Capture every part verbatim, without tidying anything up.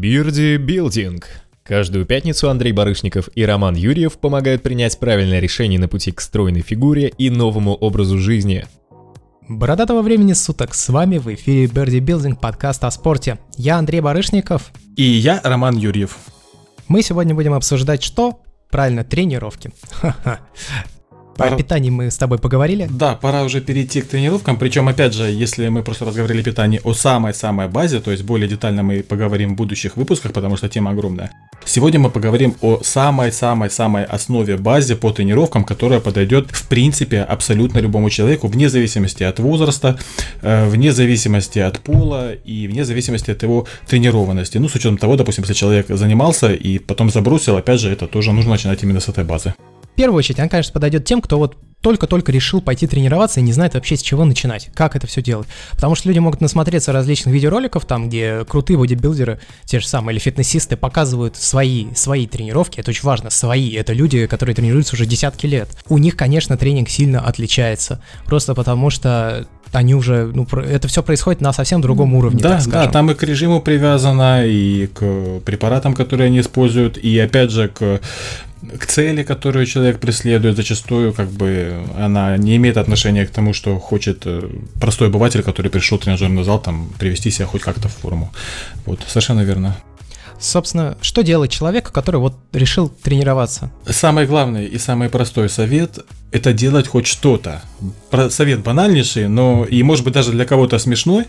Бирди Билдинг. Каждую пятницу Андрей Барышников и Роман Юрьев помогают принять правильное решение на пути к стройной фигуре и новому образу жизни. Бородатого времени суток, с вами в эфире Бирди Билдинг, подкаст о спорте. Я Андрей Барышников. И я Роман Юрьев. Мы сегодня будем обсуждать что? Правильно, тренировки. Ха-ха. О питании мы с тобой поговорили. Да, пора уже перейти к тренировкам. Причем, опять же, если мы просто разговаривали о питании о самой-самой базе, то есть более детально мы поговорим в будущих выпусках, потому что тема огромная. Сегодня мы поговорим о самой-самой-самой основе базе по тренировкам, которая подойдет, в принципе, абсолютно любому человеку, вне зависимости от возраста, вне зависимости от пола и вне зависимости от его тренированности. Ну, с учетом того, допустим, если человек занимался и потом забросил, опять же, это тоже нужно начинать именно с этой базы. В первую очередь, она, конечно, подойдет тем, кто вот только-только решил пойти тренироваться и не знает вообще, с чего начинать, как это все делать. Потому что люди могут насмотреться различных видеороликов, там, где крутые бодибилдеры, те же самые, или фитнесисты, показывают свои, свои тренировки. Это очень важно, свои. Это люди, которые тренируются уже десятки лет. У них, конечно, тренинг сильно отличается. Просто потому что они уже, ну, это все происходит на совсем другом уровне, да, так скажем. Да, там и к режиму привязано, и к препаратам, которые они используют, и опять же к... к цели, которую человек преследует, зачастую как бы она не имеет отношения к тому, что хочет простой обыватель, который пришел в тренажерный зал, там, привести себя хоть как-то в форму. Вот, совершенно верно. Собственно, что делать человеку, который вот решил тренироваться? Самый главный и самый простой совет – это делать хоть что-то. Совет банальнейший, но и, может быть, даже для кого-то смешной.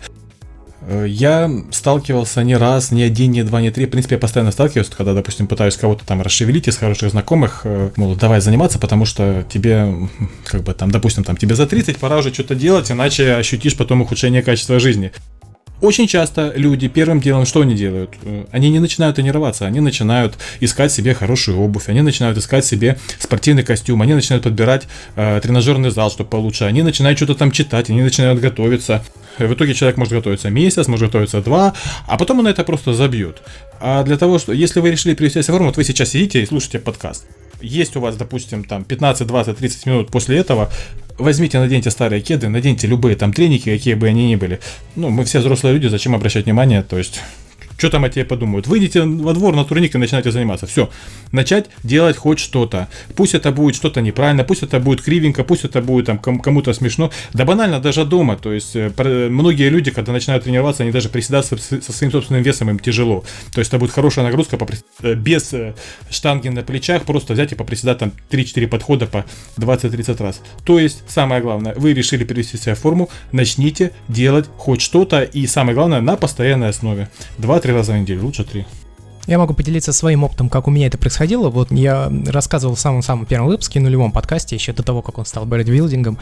Я сталкивался не раз, не один, не два, не три. В принципе, я постоянно сталкиваюсь, когда, допустим, пытаюсь кого-то там расшевелить из хороших знакомых, мол, давай заниматься, потому что тебе, как бы там, допустим, там тебе за тридцать, пора уже что-то делать, иначе ощутишь потом ухудшение качества жизни. Очень часто люди первым делом что они делают? Они не начинают тренироваться, они начинают искать себе хорошую обувь, они начинают искать себе спортивный костюм, они начинают подбирать э, тренажерный зал, чтобы получше, они начинают что-то там читать, они начинают готовиться. В итоге человек может готовиться месяц, может готовиться два, а потом он это просто забьет. А для того, что, если вы решили привести себя в форму, вот вы сейчас сидите и слушаете подкаст. Есть у вас, допустим, там пятнадцать, двадцать, тридцать минут после этого, возьмите, наденьте старые кеды, наденьте любые там треники, какие бы они ни были. Ну, мы все взрослые люди, зачем обращать внимание, то есть... Что там о тебе подумают? Выйдите во двор на турник и начинайте заниматься. Все. Начать делать хоть что-то. Пусть это будет что-то неправильно, пусть это будет кривенько, пусть это будет там кому-то смешно. Да банально даже дома. То есть многие люди, когда начинают тренироваться, они даже приседать со, со своим собственным весом им тяжело. То есть это будет хорошая нагрузка поприс... без штанги на плечах. Просто взять и поприседать там три-четыре подхода по двадцать-тридцать раз. То есть самое главное, вы решили привести себя в форму, начните делать хоть что-то. И самое главное, на постоянной основе. два-три раза в неделю, лучше три. Я могу поделиться своим опытом, как у меня это происходило. Вот я рассказывал в самом-самом первом выпуске, нулевом подкасте, еще до того, как он стал бодибилдингом,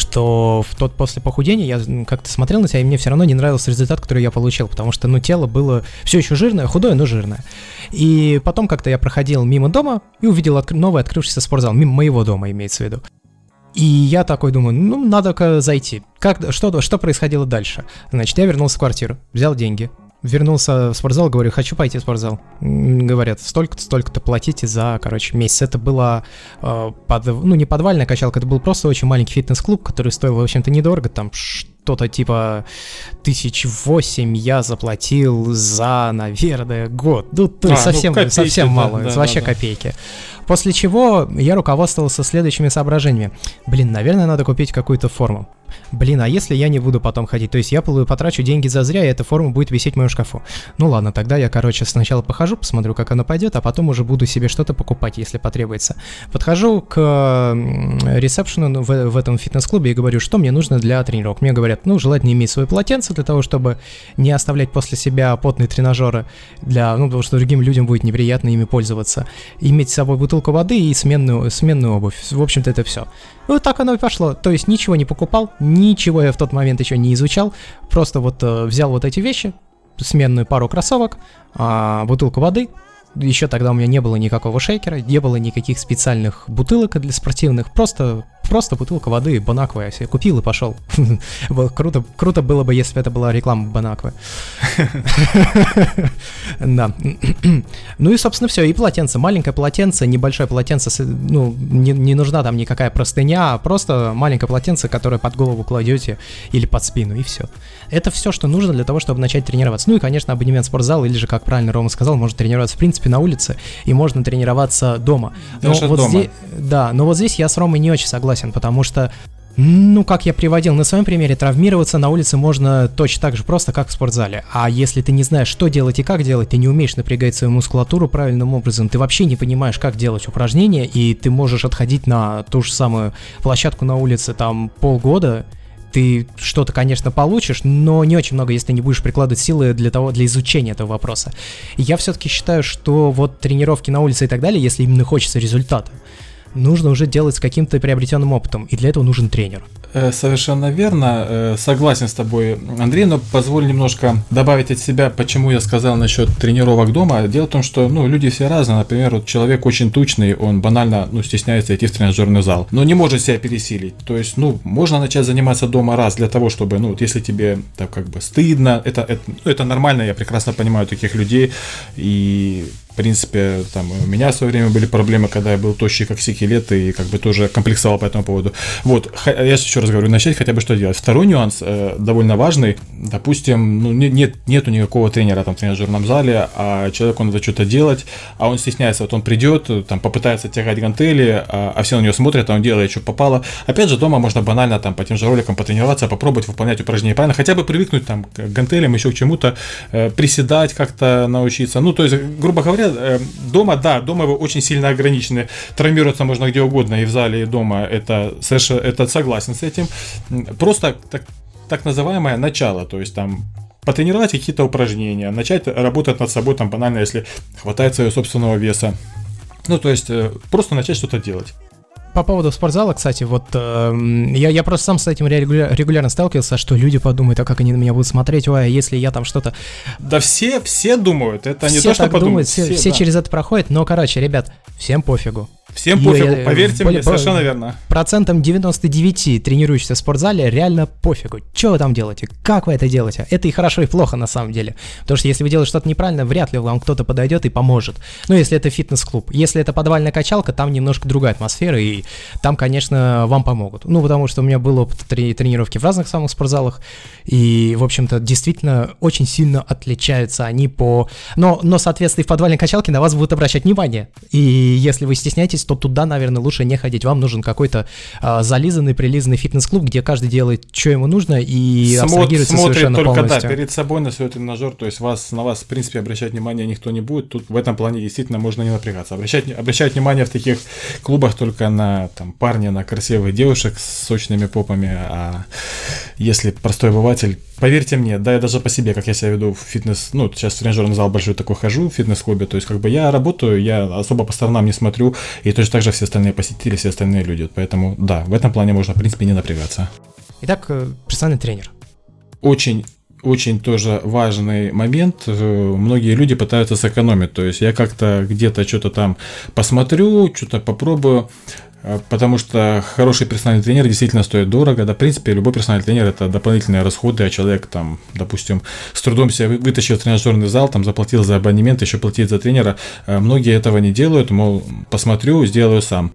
что в тот после похудения я как-то смотрел на себя, и мне все равно не нравился результат, который я получил, потому что, ну, тело было все еще жирное, худое, но жирное. И потом как-то я проходил мимо дома и увидел откр- новый открывшийся спортзал, мимо моего дома, имеется в виду. И я такой думаю, ну, надо-ка зайти. Как, что, что происходило дальше? Значит, я вернулся в квартиру, взял деньги, вернулся в спортзал, говорю, хочу пойти в спортзал. Говорят, столько-то, столько-то платите за, короче, месяц. Это была, э, под, ну, не подвальная качалка, это был просто очень маленький фитнес-клуб, который стоил, в общем-то, недорого, там что-то типа тысяч восемь я заплатил за, наверное, год. Ну, то есть а, совсем, ну, копейки, совсем мало, да, да, вообще да, да. копейки. После чего я руководствовался следующими соображениями. Блин, наверное, надо купить какую-то форму. Блин, а если я не буду потом ходить? То есть я потрачу деньги зазря, и эта форма будет висеть в моем шкафу. Ну ладно, тогда я, короче, сначала похожу, посмотрю, как она пойдет, а потом уже буду себе что-то покупать, если потребуется. Подхожу к ресепшену в, в этом фитнес-клубе и говорю, что мне нужно для тренировок. Мне говорят, ну, желательно иметь свое полотенце для того, чтобы не оставлять после себя потные тренажеры, для, ну, потому что другим людям будет неприятно ими пользоваться. Иметь с собой бутылку воды и сменную, сменную обувь. В общем-то, это все. Вот так оно и пошло. То есть ничего не покупал, ничего я в тот момент еще не изучал. Просто вот э, взял вот эти вещи, сменную пару кроссовок, э, бутылку воды еще тогда у меня не было никакого шейкера, не было никаких специальных бутылок для спортивных, просто, просто бутылка воды Бонаквы я себе купил и пошел. Круто, круто было бы, если бы это была реклама Бонаквы. Да. Ну и, собственно, все. И полотенце. Маленькое полотенце, небольшое полотенце. Ну, не, не нужна там никакая простыня, а просто маленькое полотенце, которое под голову кладете или под спину, и все. Это все, что нужно для того, чтобы начать тренироваться. Ну и, конечно, абонемент в спортзал, или же, как правильно Рома сказал, можно тренироваться, в принципе, на улице, и можно тренироваться дома. Но Даже вот дома. Здесь, да, но вот здесь я с Ромой не очень согласен, потому что, ну, как я приводил на своем примере, травмироваться на улице можно точно так же просто, как в спортзале. А если ты не знаешь, что делать и как делать, ты не умеешь напрягать свою мускулатуру правильным образом, ты вообще не понимаешь, как делать упражнения, и ты можешь отходить на ту же самую площадку на улице там полгода, ты что-то, конечно, получишь, но не очень много, если ты не будешь прикладывать силы для того, для изучения этого вопроса. И я все-таки считаю, что вот тренировки на улице и так далее, если именно хочется результата, нужно уже делать с каким-то приобретенным опытом, и для этого нужен тренер. Совершенно верно, согласен с тобой, Андрей, но позволь немножко добавить от себя, почему я сказал насчет тренировок дома. Дело в том, что ну, люди все разные, например, вот человек очень тучный, он банально ну, стесняется идти в тренажерный зал, но не может себя пересилить. То есть, ну, можно начать заниматься дома раз для того, чтобы, ну, вот если тебе так как бы стыдно, это, это, ну, это нормально, я прекрасно понимаю таких людей, и в принципе, там, у меня в свое время были проблемы, когда я был тощий как скелет и как бы тоже комплексовал по этому поводу. Вот, я еще раз говорю, начать хотя бы что делать. Второй нюанс, э, довольно важный, допустим, ну, не, нет, нету никакого тренера там в тренажерном зале, а человеку надо что-то делать, а он стесняется, вот он придет, там, попытается тягать гантели, а, а все на него смотрят, а он делает, что попало. Опять же, дома можно банально там по тем же роликам потренироваться, попробовать выполнять упражнения правильно, хотя бы привыкнуть там к гантелям, еще к чему-то, э, приседать как-то научиться. Ну, то есть, грубо говоря, дома, да, дома вы очень сильно ограничены. Травмироваться можно где угодно, и в зале, и дома. Это совершенно, это согласен с этим. Просто так, так называемое начало, то есть там потренировать какие-то упражнения, начать работать над собой, там банально, если хватает своего собственного веса. Ну, то есть просто начать что-то делать. По поводу спортзала, кстати, вот э, я, я просто сам с этим регуляр, регулярно сталкивался, что люди подумают, а как они на меня будут смотреть, ой, а если я там что-то... Да все, все думают, это все не то, что подумают. Думают, все, все, все да. через это проходят, но, короче, ребят, всем пофигу. Всем И, пофигу, я, поверьте более, мне, совершенно верно. Процентом девяносто девять тренирующихся в спортзале реально пофигу. Что вы там делаете? Как вы это делаете? Это и хорошо, и плохо на самом деле. Потому что если вы делаете что-то неправильно, вряд ли вам кто-то подойдет и поможет. Ну, если это фитнес-клуб. Если это подвальная качалка, там немножко другая атмосфера, и там, конечно, вам помогут. Ну, потому что у меня был опыт трени- тренировки в разных самых спортзалах, и, в общем-то, действительно очень сильно отличаются они по... Но, но соответственно, в подвальной качалке на вас будут обращать внимание. И если вы стесняетесь, то туда, наверное, лучше не ходить. Вам нужен какой-то а, зализанный, прилизанный фитнес-клуб, где каждый делает, что ему нужно, и Смотр, абстрагируется совершенно только, полностью. да, перед собой на свой тренажер, то есть вас, на вас, в принципе, обращать внимание никто не будет. Тут в этом плане действительно можно не напрягаться. Обращать, обращать внимание в таких клубах только на там, парня, на красивых девушек с сочными попами, а если простой обыватель, поверьте мне, да, я даже по себе, как я себя веду в фитнес, ну, сейчас в тренажерный зал большой такой хожу, в фитнес-клубе, то есть как бы я работаю, я особо по сторонам не смотрю, и точно так же все остальные посетители, все остальные люди, поэтому, да, в этом плане можно, в принципе, не напрягаться. Итак, персональный тренер. Очень Очень тоже важный момент. Многие люди пытаются сэкономить. То есть я как-то где-то что-то там посмотрю, что-то попробую. Потому что хороший персональный тренер действительно стоит дорого. Да, в принципе, любой персональный тренер — это дополнительные расходы, а человек там, допустим, с трудом себя вытащил в тренажерный зал, там заплатил за абонемент, еще платить за тренера. Многие этого не делают, мол, посмотрю, сделаю сам.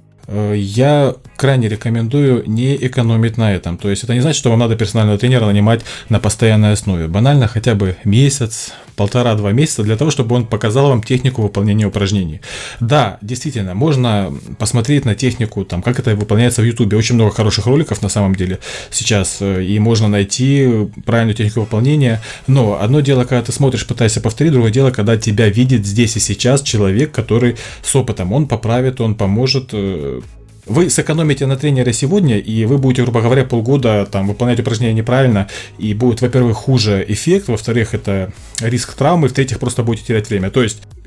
Я крайне рекомендую не экономить на этом. То есть это не значит, что вам надо персонального тренера нанимать на постоянной основе. Банально хотя бы месяц, полтора-два месяца для того, чтобы он показал вам технику выполнения упражнений. Да, действительно, можно посмотреть на технику, там, как это выполняется в Ютубе. Очень много хороших роликов на самом деле сейчас, и можно найти правильную технику выполнения. Но одно дело, когда ты смотришь, пытаешься повторить, другое дело, когда тебя видит здесь и сейчас человек, который с опытом. Он поправит, он поможет. Вы сэкономите на тренере сегодня, и вы будете, грубо говоря, полгода там, выполнять упражнения неправильно, и будет, во-первых, хуже эффект, во-вторых, это риск травмы, в-третьих, просто будете терять время. То есть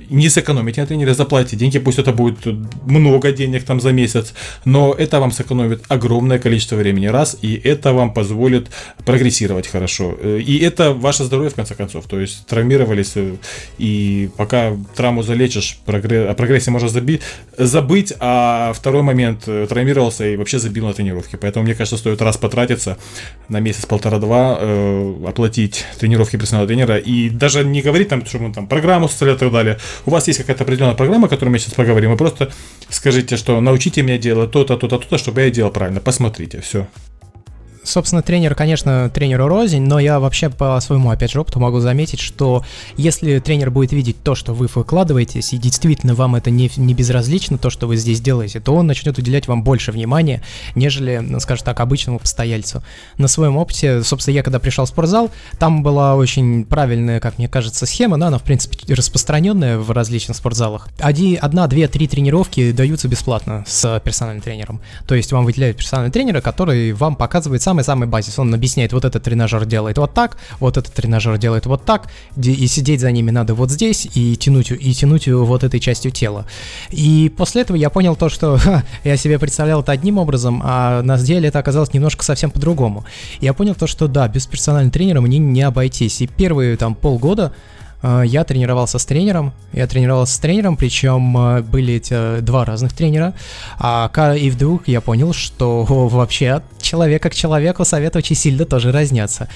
не сэкономите на тренере, заплатите деньги, пусть это будет много денег там за месяц, но это вам сэкономит огромное количество времени, раз, и это вам позволит прогрессировать хорошо. И это ваше здоровье, в конце концов, то есть травмировались, и пока травму залечишь, прогресс, о прогрессе можно заби- забыть, а второй момент, травмировался и вообще забил на тренировке. Поэтому, мне кажется, стоит раз потратиться на месяц, полтора-два, э, оплатить тренировки персонального тренера, и даже не говорить там, что мы там программу составляем и так далее. У вас есть какая-то определенная программа, о которой мы сейчас поговорим, и просто скажите, что научите меня делать то-то, то-то, то-то, чтобы я делал правильно. Посмотрите, все. Собственно, тренер, конечно, тренеру рознь, но я вообще по своему, опять же, опыту могу заметить, что если тренер будет видеть то, что вы выкладываетесь, и действительно вам это не, не безразлично, то, что вы здесь делаете, то он начнет уделять вам больше внимания, нежели, скажем так, обычному постояльцу. На своем опыте, собственно, я когда пришел в спортзал, там была очень правильная, как мне кажется, схема, да, она, в принципе, распространенная в различных спортзалах. Один, одна, две, три тренировки даются бесплатно с персональным тренером. То есть вам выделяют персонального тренера, который вам показывает сам самый базис, он объясняет, вот этот тренажер делает вот так, вот этот тренажер делает вот так, и сидеть за ними надо вот здесь, и тянуть, и тянуть вот этой частью тела. И после этого я понял то, что ха, я себе представлял это одним образом, а на деле это оказалось немножко совсем по-другому. Я понял то, что да, без персонального тренера мне не обойтись, и первые там полгода я тренировался с тренером, я тренировался с тренером, причем были эти два разных тренера, а и вдруг я понял, что вообще от человека к человеку советы очень сильно тоже разнятся.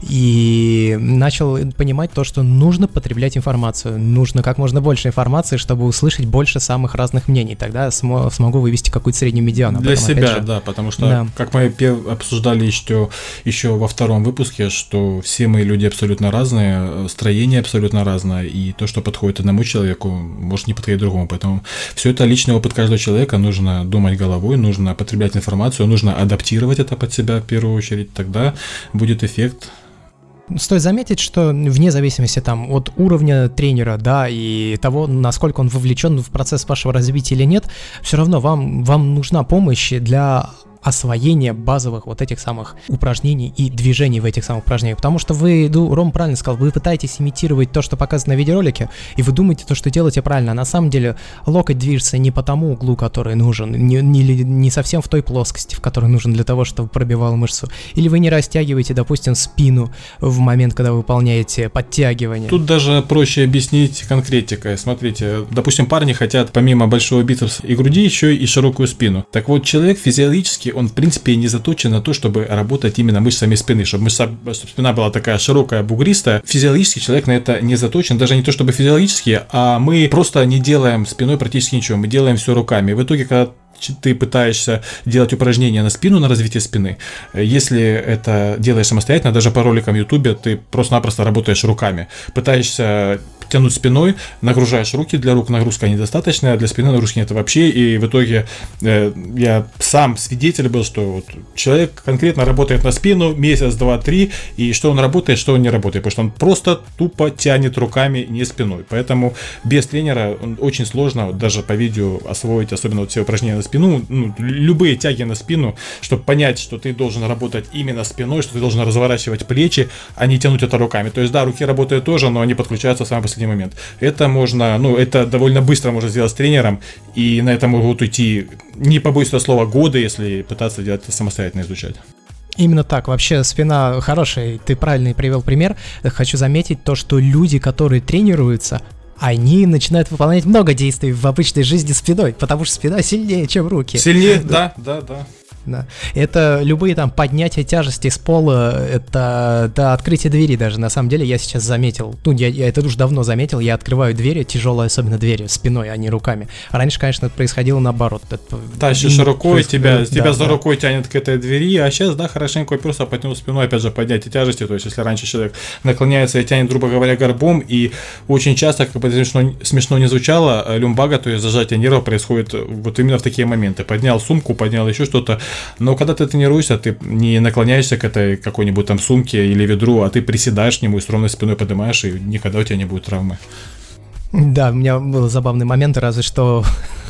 И начал понимать то, что нужно потреблять информацию, нужно как можно больше информации, чтобы услышать больше самых разных мнений, тогда см- смогу вывести какую-то среднюю медиану. Для этом, себя, да, потому что, да. как мы обсуждали еще, еще во втором выпуске, что все мы люди абсолютно разные, строение абсолютно разное, и то, что подходит одному человеку, может не подходить другому. Поэтому все это личный опыт каждого человека, нужно думать головой, нужно потреблять информацию, нужно адаптировать это под себя в первую очередь, тогда будет эффект. Стоит заметить, что вне зависимости там от уровня тренера, да, и того, насколько он вовлечен в процесс вашего развития или нет, все равно вам, вам нужна помощь для освоение базовых вот этих самых упражнений и движений в этих самых упражнениях, потому что вы, ну, Ром правильно сказал, вы пытаетесь имитировать то, что показано на видеоролике, и вы думаете то, что делаете правильно, а на самом деле локоть движется не по тому углу, который нужен, не, не, не совсем в той плоскости, в которой нужен для того, чтобы пробивал мышцу, или вы не растягиваете, допустим, спину в момент, когда вы выполняете подтягивание. Тут даже проще объяснить конкретикой. Смотрите, допустим, парни хотят помимо большого бицепса и груди еще и широкую спину. Так вот, человек физиологически он, в принципе, не заточен на то, чтобы работать именно мышцами спины, чтобы, мышца, чтобы спина была такая широкая, бугристая. Физиологически человек на это не заточен, даже не то чтобы физиологически, а мы просто не делаем спиной практически ничего, мы делаем все руками. В итоге, когда ты пытаешься делать упражнения на спину, на развитие спины, если это делаешь самостоятельно, даже по роликам в Ютубе, ты просто-напросто работаешь руками, пытаешься тянуть спиной, нагружаешь руки, для рук нагрузка недостаточная, для спины нагрузки нет вообще, и в итоге э, я сам свидетель был, что вот человек конкретно работает на спину месяц, два, три, и что он работает, что он не работает, потому что он просто тупо тянет руками, не спиной, поэтому без тренера он, очень сложно вот, даже по видео освоить, особенно вот все упражнения на спину, ну, любые тяги на спину, чтобы понять, что ты должен работать именно спиной, что ты должен разворачивать плечи, а не тянуть это руками, то есть да, руки работают тоже, но они подключаются в самый последний момент. Это можно, ну, это довольно быстро можно сделать с тренером, и на это могут уйти, не побоюсь этого слова, годы, если пытаться делать это самостоятельно, изучать. Именно так. Вообще спина хорошая. Ты правильно привел пример. Хочу заметить то, что люди, которые тренируются, они начинают выполнять много действий в обычной жизни спиной, потому что спина сильнее, чем руки. Сильнее, да, да, да. Да. Это любые там поднятия тяжести с пола, это до открытия двери даже, на самом деле, я сейчас заметил, ну, я, я это уже давно заметил, я открываю двери, тяжелые особенно двери, спиной, а не руками. Раньше, конечно, это происходило наоборот. Это... Тащишь рукой, тебя, да, тебя да, за да. рукой тянет к этой двери, а сейчас, да, хорошенько просто потянул спиной, опять же, поднятие тяжести, то есть, если раньше человек наклоняется и тянет, грубо говоря, горбом, и очень часто, как бы это смешно, смешно не звучало, люмбага, то есть зажатие нервов происходит вот именно в такие моменты. Поднял сумку, поднял еще что-то, но когда ты тренируешься, ты не наклоняешься к этой какой-нибудь там сумке или ведру, а ты приседаешь к нему и с ровной спиной поднимаешь, и никогда у тебя не будет травмы. Да, у меня был забавный момент, разве что...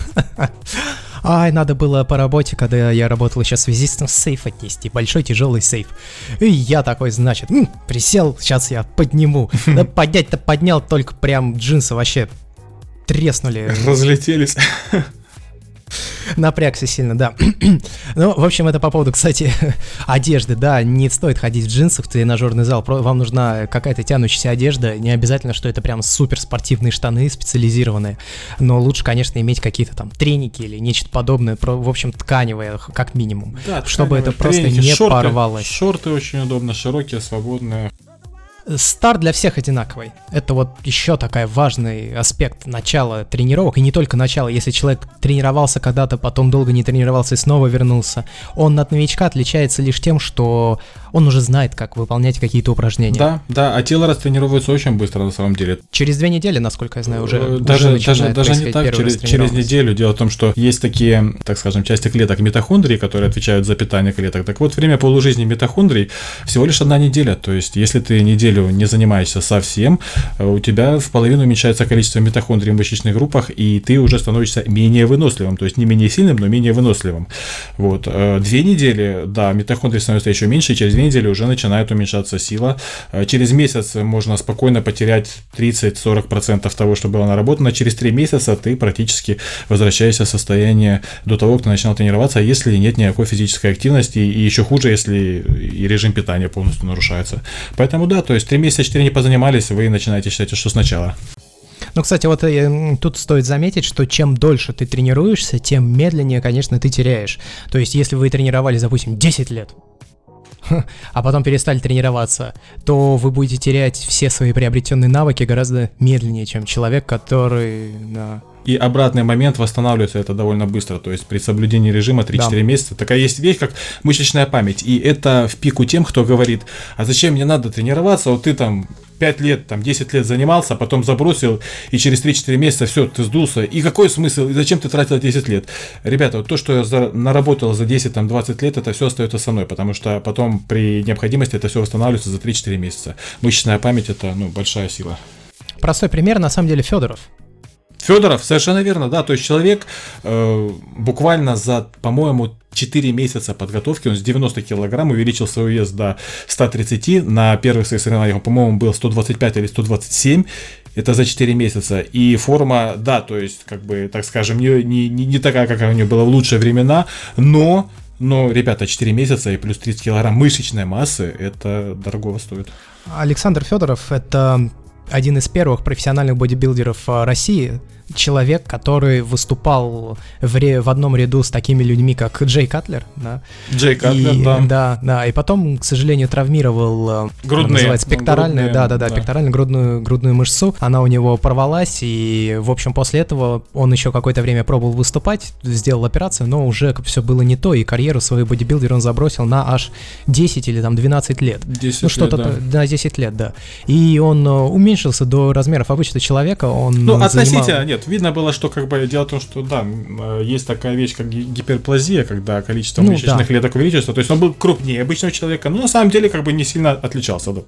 Ай, надо было по работе, когда я работал еще связистом, сейф отнести, большой тяжелый сейф. И я такой, значит, м, присел, сейчас я подниму. Да поднять-то поднял, только прям джинсы вообще треснули. Разлетелись. Напрягся сильно, да. Ну, в общем, это по поводу, кстати, одежды, да, не стоит ходить в джинсах в тренажерный зал, вам нужна какая-то тянущаяся одежда, не обязательно, что это прям супер спортивные штаны специализированные, но лучше, конечно, иметь какие-то там треники или нечто подобное, в общем, тканевое, как минимум, да, чтобы это просто треники, не шорты, порвалось. Шорты очень удобно, широкие, свободные. Старт для всех одинаковый. Это вот еще такой важный аспект начала тренировок, и не только начала. Если человек тренировался когда-то, потом долго не тренировался и снова вернулся, он от новичка отличается лишь тем, что он уже знает, как выполнять какие-то упражнения. Да, да, а тело растренируется очень быстро на самом деле. Через две недели, насколько я знаю, уже Даже, уже даже, даже не так, через, через неделю. Дело в том, что есть такие, так скажем, части клеток митохондрий, которые отвечают за питание клеток. Так вот, время полужизни митохондрий всего лишь одна неделя. То есть, если ты неделю не занимаешься совсем, у тебя в половину уменьшается количество митохондрий в мышечных группах, и ты уже становишься менее выносливым, то есть не менее сильным, но менее выносливым. Вот. Две недели, да, митохондрий становятся еще меньше, и через две недели уже начинает уменьшаться сила. Через месяц можно спокойно потерять тридцать-сорок процентов того, что было наработано. Через три месяца ты практически возвращаешься в состояние до того, как ты начинал тренироваться, если нет никакой физической активности, и еще хуже, если и режим питания полностью нарушается. Поэтому да, то есть три месяца, четыре не позанимались, вы начинаете считать, что сначала. Ну, кстати, вот э, тут стоит заметить, что чем дольше ты тренируешься, тем медленнее, конечно, ты теряешь. То есть, если вы тренировались, допустим, десять лет, а потом перестали тренироваться, то вы будете терять все свои приобретенные навыки гораздо медленнее, чем человек, который... Да. И обратный момент восстанавливается это довольно быстро, то есть при соблюдении режима три-четыре да. месяца. Такая есть вещь, как мышечная память, и это в пику тем, кто говорит, а зачем мне надо тренироваться, вот ты там пять лет, там десять лет занимался, потом забросил, и через три-четыре месяца все, ты сдулся, и какой смысл, и зачем ты тратил десять лет? Ребята, вот то, что я за, наработал за десять-двадцать лет, это все остается со мной, потому что потом при необходимости это все восстанавливается за три-четыре месяца. Мышечная память это, ну, большая сила. Простой пример, на самом деле, Федоров. Федоров, совершенно верно, да, то есть человек э, буквально за, по-моему, четыре месяца подготовки, он с девяноста килограмм увеличил свой вес до ста тридцати, на первых своих соревнованиях, по-моему, был сто двадцать пять или сто двадцать семь, это за четыре месяца, и форма, да, то есть, как бы, так скажем, не, не, не такая, как у нее была в лучшие времена, но... Но, ребята, четыре месяца и плюс тридцать килограмм мышечной массы, это дорогого стоит. Александр Федоров – это один из первых профессиональных бодибилдеров России, человек, который выступал в, ре, в одном ряду с такими людьми, как Джей Катлер, да. Джей Катлер, и, да. Да, да, и потом, к сожалению, травмировал, грудные, называется, пекторальную, грудные, да, да, да, да. пекторальную грудную, грудную мышцу, она у него порвалась, и, в общем, после этого он еще какое-то время пробовал выступать, сделал операцию, но уже все было не то, и карьеру свою бодибилдера он забросил на аж десять или там двенадцать лет. десять ну, что-то лет, да. На десять лет, да. И он уменьшился до размеров обычного человека, он Ну, занимал... относительно, нет, видно было, что как бы дело в том, что да, есть такая вещь, как гиперплазия, когда количество ну, мышечных да. клеток увеличивается, то есть он был крупнее обычного человека, но на самом деле как бы не сильно отличался, да.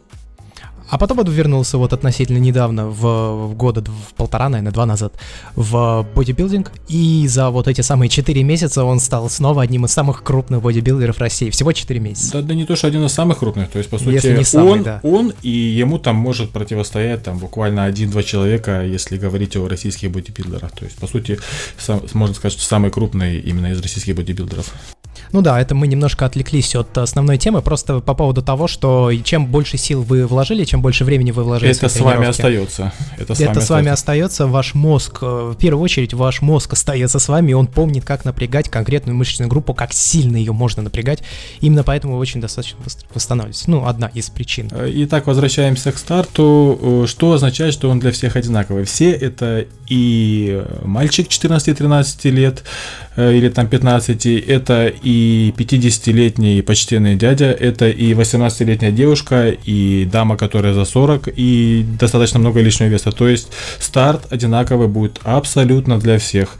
А потом он вернулся вот относительно недавно, в, в года, в полтора, наверное, два назад, в бодибилдинг, и за вот эти самые четыре месяца он стал снова одним из самых крупных бодибилдеров России. Всего четыре месяца. Да, да не то, что один из самых крупных, то есть, по сути, если не самый, он, да. он и ему там может противостоять там буквально один-два человека, если говорить о российских бодибилдерах. То есть, по сути, сам, можно сказать, что самый крупный именно из российских бодибилдеров. Ну да, это мы немножко отвлеклись от основной темы, просто по поводу того, что чем больше сил вы вложили, чем больше времени вы вложили это в с вами остается. Это с, это вами, с вами остается, ваш мозг, в первую очередь ваш мозг остается с вами, и он помнит, как напрягать конкретную мышечную группу, как сильно ее можно напрягать, именно поэтому вы очень достаточно быстро восстанавливаетесь. Ну, одна из причин. Итак, возвращаемся к старту. Что означает, что он для всех одинаковый? Все это и мальчик четырнадцати-тринадцати лет, или там пятнадцати, это и пятидесятилетний почтенный дядя, это и восемнадцатилетняя девушка, и дама, которая за сорок, и достаточно много лишнего веса. То есть старт одинаковый будет абсолютно для всех.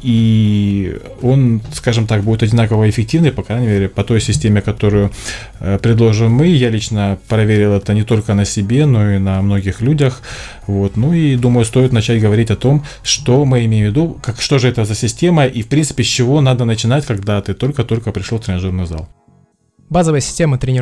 И он, скажем так, будет одинаково эффективный, по крайней мере, по той системе, которую э, предложим мы. Я лично проверил это не только на себе, но и на многих людях. Вот. Ну и думаю, стоит начать говорить о том, что мы имеем в виду, как, что же это за система, и в принципе, с чего надо начинать, когда ты только-только пришел в тренажерный зал. Базовая система тренировок.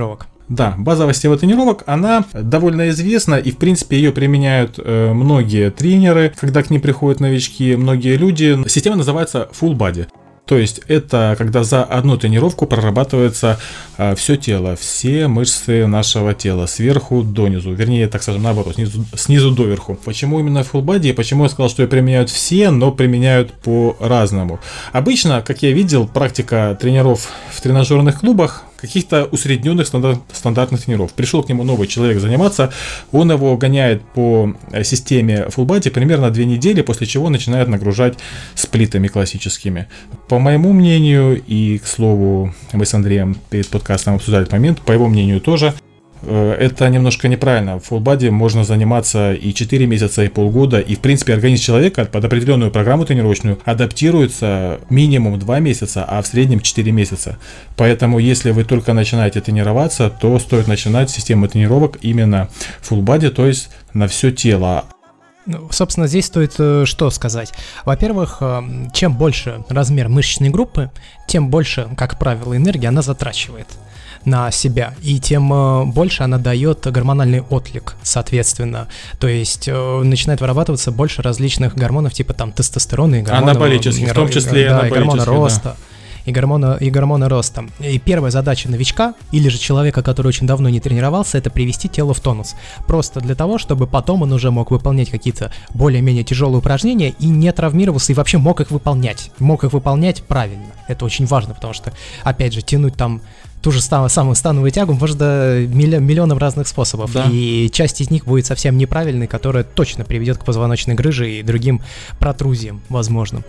Да, базовая система тренировок, она довольно известна, и в принципе ее применяют э, многие тренеры, когда к ним приходят новички, многие люди. Система называется Full Body. То есть это когда за одну тренировку прорабатывается э, все тело, все мышцы нашего тела, сверху донизу, вернее, так скажем, наоборот, снизу, снизу доверху. Почему именно Full Body? Почему я сказал, что ее применяют все, но применяют по-разному? Обычно, как я видел, практика тренеров в тренажерных клубах, каких-то усредненных стандарт, стандартных тренеров. Пришел к нему новый человек заниматься, он его гоняет по системе Full Body примерно две недели, после чего начинает нагружать сплитами классическими. По моему мнению, и к слову, мы с Андреем перед подкастом обсуждали этот момент, по его мнению тоже, это немножко неправильно. В Full Body можно заниматься и четыре месяца, и полгода, и в принципе организм человека под определенную программу тренировочную адаптируется минимум два месяца, а в среднем четыре месяца. Поэтому если вы только начинаете тренироваться, то стоит начинать с системы тренировок именно Full Body, то есть на все тело. Ну, собственно, здесь стоит э, что сказать. Во-первых, э, чем больше размер мышечной группы, тем больше, как правило, энергии она затрачивает на себя, и тем э, больше она дает гормональный отклик, соответственно. То есть э, начинает вырабатываться больше различных гормонов, типа там тестостерона и гормона... Анаболических, в том числе да, и и гормона роста. Да. И гормона, и гормона роста. И первая задача новичка, или же человека, который очень давно не тренировался, это привести тело в тонус. Просто для того, чтобы потом он уже мог выполнять какие-то более-менее тяжелые упражнения и не травмировался, и вообще мог их выполнять. Мог их выполнять правильно. Это очень важно, потому что, опять же, тянуть там ту же самую становую тягу можно миллионом разных способов, да. И часть из них будет совсем неправильной, которая точно приведет к позвоночной грыже и другим протрузиям возможным.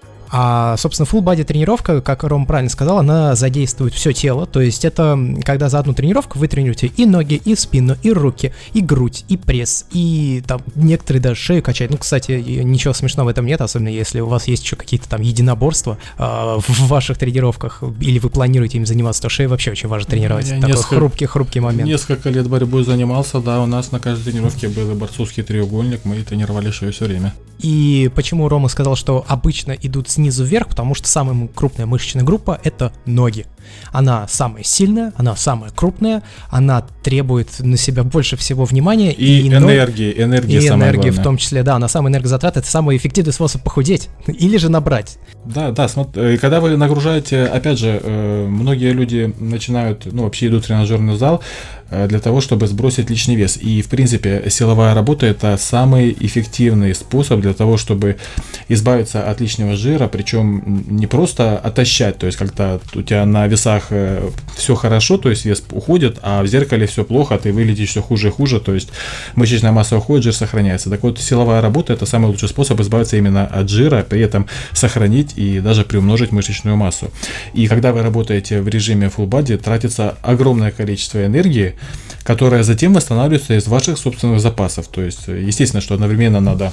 А, собственно, full body тренировка, как Рома правильно сказал, она задействует все тело, то есть это когда за одну тренировку вы тренируете и ноги, и спину, и руки, и грудь, и пресс, и там некоторые даже шею качают. Ну, кстати, ничего смешного в этом нет, особенно если у вас есть еще какие-то там единоборства э, в ваших тренировках, или вы планируете им заниматься, то шею вообще очень важно тренировать. Я Такой несколько, хрупкий, хрупкий момент. Несколько лет борьбой занимался, да, у нас на каждой тренировке был и борцовский треугольник, мы тренировали шею все время. И почему Рома сказал, что обычно идут снизу вверх, потому что самая крупная мышечная группа — это ноги. Она самая сильная, она самая крупная, она требует на себя больше всего внимания. И, и энергии, ног... энергии и самое энергии главное. В том числе, да, она самая энергозатратная, это самый эффективный способ похудеть или же набрать. Да, да, смотри, когда вы нагружаете, опять же, многие люди начинают, ну, вообще идут в тренажерный зал для того, чтобы сбросить лишний вес. И, в принципе, силовая работа – это самый эффективный способ для того, чтобы избавиться от лишнего жира, причем не просто отощать, то есть когда у тебя на весах все хорошо, то есть вес уходит, а в зеркале все плохо, ты выглядишь все хуже и хуже, то есть мышечная масса уходит, жир сохраняется. Так вот, силовая работа – это самый лучший способ избавиться именно от жира, при этом сохранить и даже приумножить мышечную массу. И когда вы работаете в режиме full body, тратится огромное количество энергии, которая затем восстанавливается из ваших собственных запасов. То есть, естественно, что одновременно надо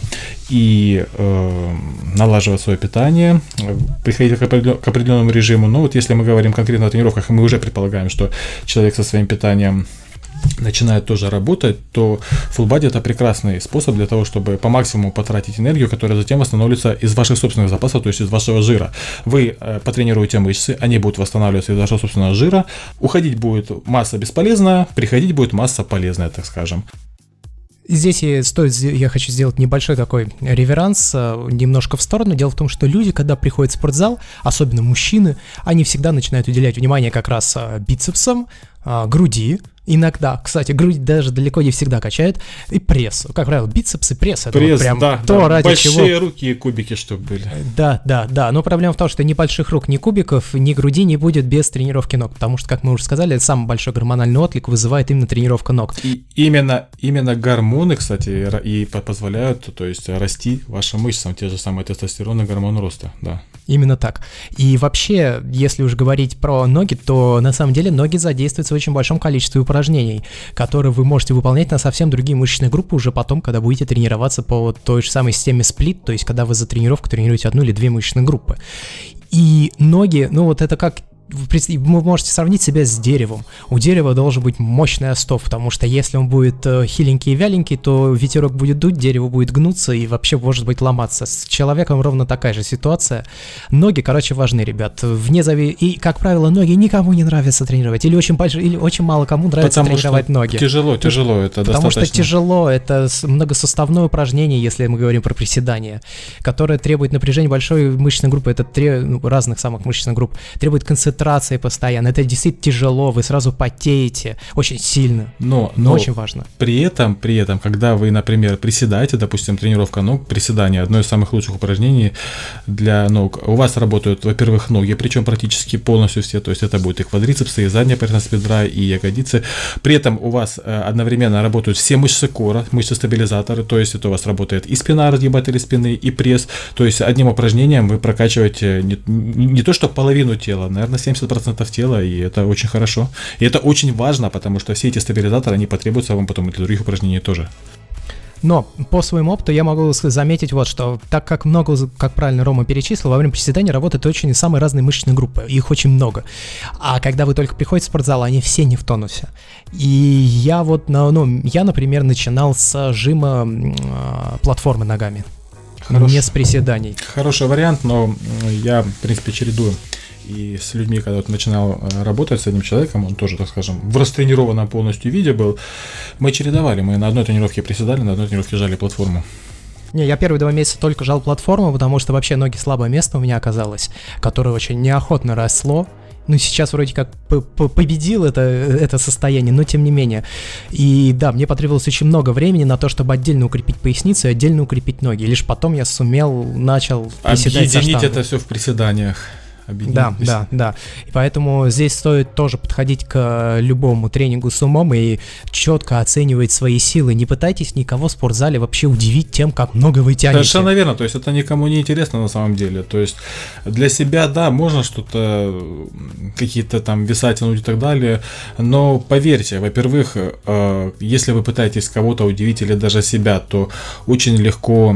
и э, налаживать свое питание, приходить к определенному режиму. Но вот если мы говорим конкретно о тренировках, и мы уже предполагаем, что человек со своим питанием начинает тоже работать, то full body – это прекрасный способ для того, чтобы по максимуму потратить энергию, которая затем восстановится из ваших собственных запасов, то есть из вашего жира. Вы э, потренируете мышцы, они будут восстанавливаться из вашего собственного жира, уходить будет масса бесполезная, приходить будет масса полезная, так скажем. Здесь я, стоит, я хочу сделать небольшой такой реверанс, немножко в сторону. Дело в том, что люди, когда приходят в спортзал, особенно мужчины, они всегда начинают уделять внимание как раз бицепсам, груди. Иногда, кстати, грудь даже далеко не всегда качает, и пресс. Как правило, бицепс и пресс, это пресс, вот прям да, то, да. ради Большие чего... руки и кубики, чтобы были. Да, да, да, но проблема в том, что ни больших рук, ни кубиков, ни груди не будет без тренировки ног, потому что, как мы уже сказали, самый большой гормональный отклик вызывает именно тренировка ног. И именно, именно гормоны, кстати, и позволяют, то есть, расти вашим мышцам, те же самые тестостерон и гормон роста, да. Именно так. И вообще, если уж говорить про ноги, то на самом деле ноги задействуются в очень большом количестве упражнений, которые вы можете выполнять на совсем другие мышечные группы уже потом, когда будете тренироваться по той же самой системе сплит, то есть когда вы за тренировку тренируете одну или две мышечные группы. И ноги, ну вот это как вы можете сравнить себя с деревом. У дерева должен быть мощный остов, потому что если он будет хиленький и вяленький, то ветерок будет дуть, дерево будет гнуться и вообще может быть ломаться. С человеком ровно такая же ситуация. Ноги, короче, важны, ребят. Вне зави... И, как правило, ноги никому не нравится тренировать. Или очень, больш... Или очень мало кому нравится потому тренировать что ноги. Тяжело, тяжело, это Потому достаточно. что тяжело, это многосоставное упражнение, если мы говорим про приседания, которое требует напряжения большой мышечной группы, это три ну, разных самых мышечных групп, требует концентрации постоянно. Это действительно тяжело, вы сразу потеете очень сильно, но, но но очень важно. При этом, при этом, когда вы, например, приседаете, допустим, тренировка ног, приседание, одно из самых лучших упражнений для ног. У вас работают, во-первых, ноги, причем практически полностью все, то есть это будет и квадрицепсы, и задняя поверхность бедра, и ягодицы. При этом у вас одновременно работают все мышцы кора, мышцы-стабилизаторы, то есть это у вас работает и спина, разгибатели спины, и пресс, то есть одним упражнением вы прокачиваете не, не то что половину тела, наверное, семьдесят процентов тела, и это очень хорошо. И это очень важно, потому что все эти стабилизаторы, они потребуются вам потом и для других упражнений тоже. Но по своему опыту я могу заметить вот что, так как много, как правильно Рома перечислил, во время приседаний работают очень самые разные мышечные группы, их очень много. А когда вы только приходите в спортзал, они все не в тонусе. И я вот, ну, я, например, начинал с жима э, платформы ногами, Хорош... не с приседаний. Хороший вариант, но я, в принципе, чередую. И с людьми, когда вот начинал работать с одним человеком, он тоже, так скажем, в растренированном полностью виде был, мы чередовали, мы на одной тренировке приседали, на одной тренировке жали платформу. Не, я первые два месяца только жал платформу, потому что вообще ноги слабое место у меня оказалось, которое очень неохотно росло. Ну, сейчас вроде как победил это, это состояние, но тем не менее. И да, мне потребовалось очень много времени на то, чтобы отдельно укрепить поясницу и отдельно укрепить ноги. И лишь потом я сумел, начал приседать со штангой. Объединить это все в приседаниях. Да, да, да. И поэтому здесь стоит тоже подходить к любому тренингу с умом и четко оценивать свои силы. Не пытайтесь никого в спортзале вообще удивить тем, как много вы тянете. Совершенно верно, то есть это никому не интересно на самом деле. То есть для себя, да, можно что-то, какие-то там веса тянуть и так далее, но поверьте, во-первых, если вы пытаетесь кого-то удивить или даже себя, то очень легко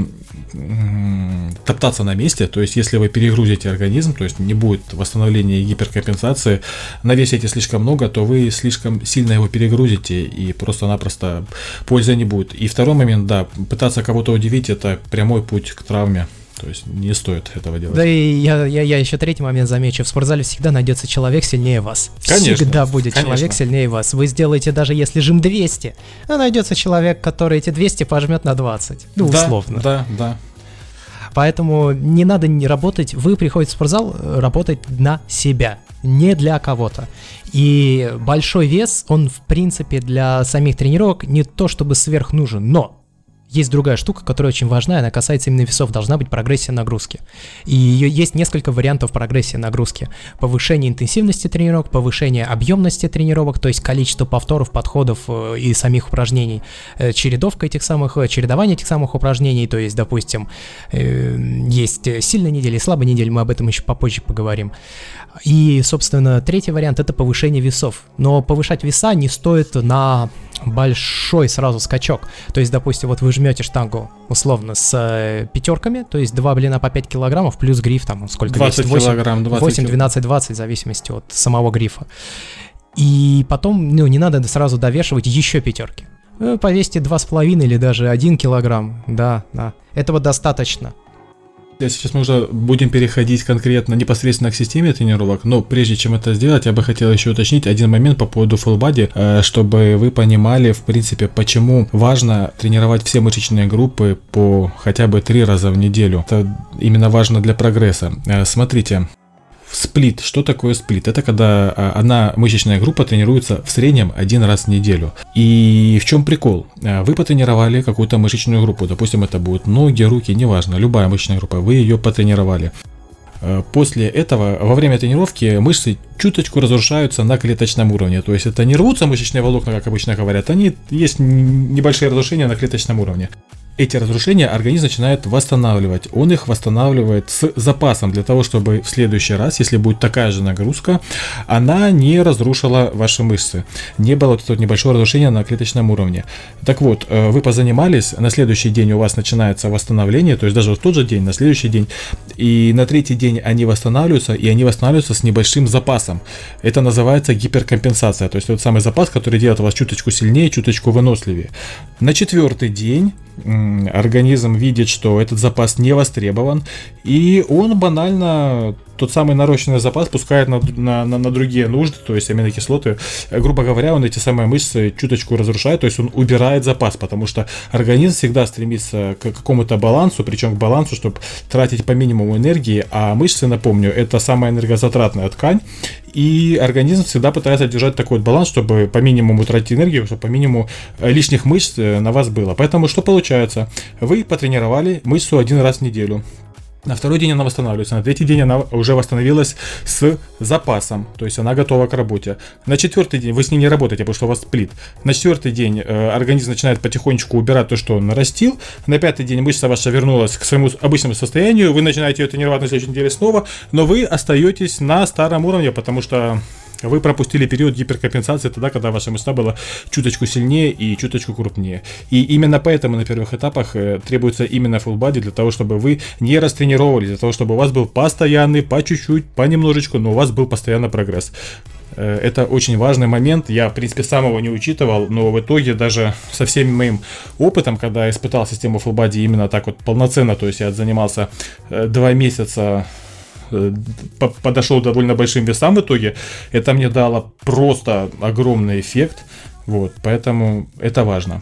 топтаться на месте, то есть если вы перегрузите организм, то есть не будет восстановления и гиперкомпенсации, навесите слишком много, то вы слишком сильно его перегрузите и просто-напросто пользы не будет. И второй момент, да, пытаться кого-то удивить, это прямой путь к травме. То есть не стоит этого делать. Да и я, я, я еще третий момент замечу. В спортзале всегда найдется человек сильнее вас. Конечно, всегда будет конечно. человек сильнее вас. Вы сделаете даже если жим двести, а найдется человек, который эти двести пожмет на двадцать. Ну, да, условно. Да, да. Поэтому не надо не работать. Вы приходите в спортзал работать на себя, не для кого-то. И большой вес, он в принципе для самих тренировок не то чтобы сверх нужен, но есть другая штука, которая очень важна, она касается именно весов, должна быть прогрессия нагрузки. И есть несколько вариантов прогрессии нагрузки. Повышение интенсивности тренировок, повышение объемности тренировок, то есть количество повторов, подходов и самих упражнений, чередовка этих самых, чередование этих самых упражнений, то есть, допустим, есть сильная неделя и слабая неделя, мы об этом еще попозже поговорим. И, собственно, третий вариант – это повышение весов. Но повышать веса не стоит на большой сразу скачок. То есть, допустим, вот вы жмете штангу условно с э, пятерками, то есть два блина по пять килограммов плюс гриф, там сколько весит? восемь килограмм, двадцать восемь, двенадцать, двадцать, в зависимости от самого грифа. И потом, ну, не надо сразу довешивать еще пятерки. Повесьте два с половиной или даже один килограмм, да, да. Этого достаточно. Сейчас мы уже будем переходить конкретно непосредственно к системе тренировок, но прежде чем это сделать, я бы хотел еще уточнить один момент по поводу full body, чтобы вы понимали, в принципе, почему важно тренировать все мышечные группы по хотя бы три раза в неделю. Это именно важно для прогресса. Смотрите. Сплит. Что такое сплит? Это когда одна мышечная группа тренируется в среднем один раз в неделю. И в чем прикол? Вы потренировали какую-то мышечную группу. Допустим, это будут ноги, руки, неважно. Любая мышечная группа. Вы ее потренировали. После этого, во время тренировки, мышцы чуточку разрушаются на клеточном уровне. То есть это не рвутся мышечные волокна, как обычно говорят. Они есть небольшие разрушения на клеточном уровне. Эти разрушения организм начинает восстанавливать. Он их восстанавливает с запасом для того, чтобы в следующий раз, если будет такая же нагрузка, она не разрушила ваши мышцы. Не было вот этого небольшого разрушения на клеточном уровне. Так вот, вы позанимались, на следующий день у вас начинается восстановление, то есть даже в тот же день, на следующий день, и на третий день они восстанавливаются, и они восстанавливаются с небольшим запасом. Это называется гиперкомпенсация, то есть тот самый запас, который делает вас чуточку сильнее, чуточку выносливее. На четвертый день организм видит, что этот запас не востребован, и он банально тот самый нарощенный запас пускает на, на, на, на другие нужды, то есть аминокислоты. Грубо говоря, он эти самые мышцы чуточку разрушает, то есть он убирает запас, потому что организм всегда стремится к какому-то балансу, причем к балансу, чтобы тратить по минимуму энергии, а мышцы, напомню, это самая энергозатратная ткань, и организм всегда пытается держать такой вот баланс, чтобы по минимуму тратить энергию, чтобы по минимуму лишних мышц на вас было. Поэтому что получается? Вы потренировали мышцу один раз в неделю. На второй день она восстанавливается, на третий день она уже восстановилась с запасом, то есть она готова к работе. На четвертый день вы с ней не работаете, потому что у вас сплит. На четвертый день э, организм начинает потихонечку убирать то, что он нарастил. На пятый день мышца ваша вернулась к своему обычному состоянию, вы начинаете ее тренировать на следующей неделе снова, но вы остаетесь на старом уровне, потому что вы пропустили период гиперкомпенсации тогда, когда ваша мышца была чуточку сильнее и чуточку крупнее. И именно поэтому на первых этапах э, требуется именно full body для того, чтобы вы не растренировались, для того, чтобы у вас был постоянный, по чуть-чуть, понемножечку, но у вас был постоянно прогресс. Э, это очень важный момент. Я, в принципе, сам его не учитывал, но в итоге даже со всем моим опытом, когда я испытал систему full body именно так вот полноценно, то есть я занимался э, два месяца, подошел довольно большим весам в итоге, это мне дало просто огромный эффект, вот, поэтому это важно.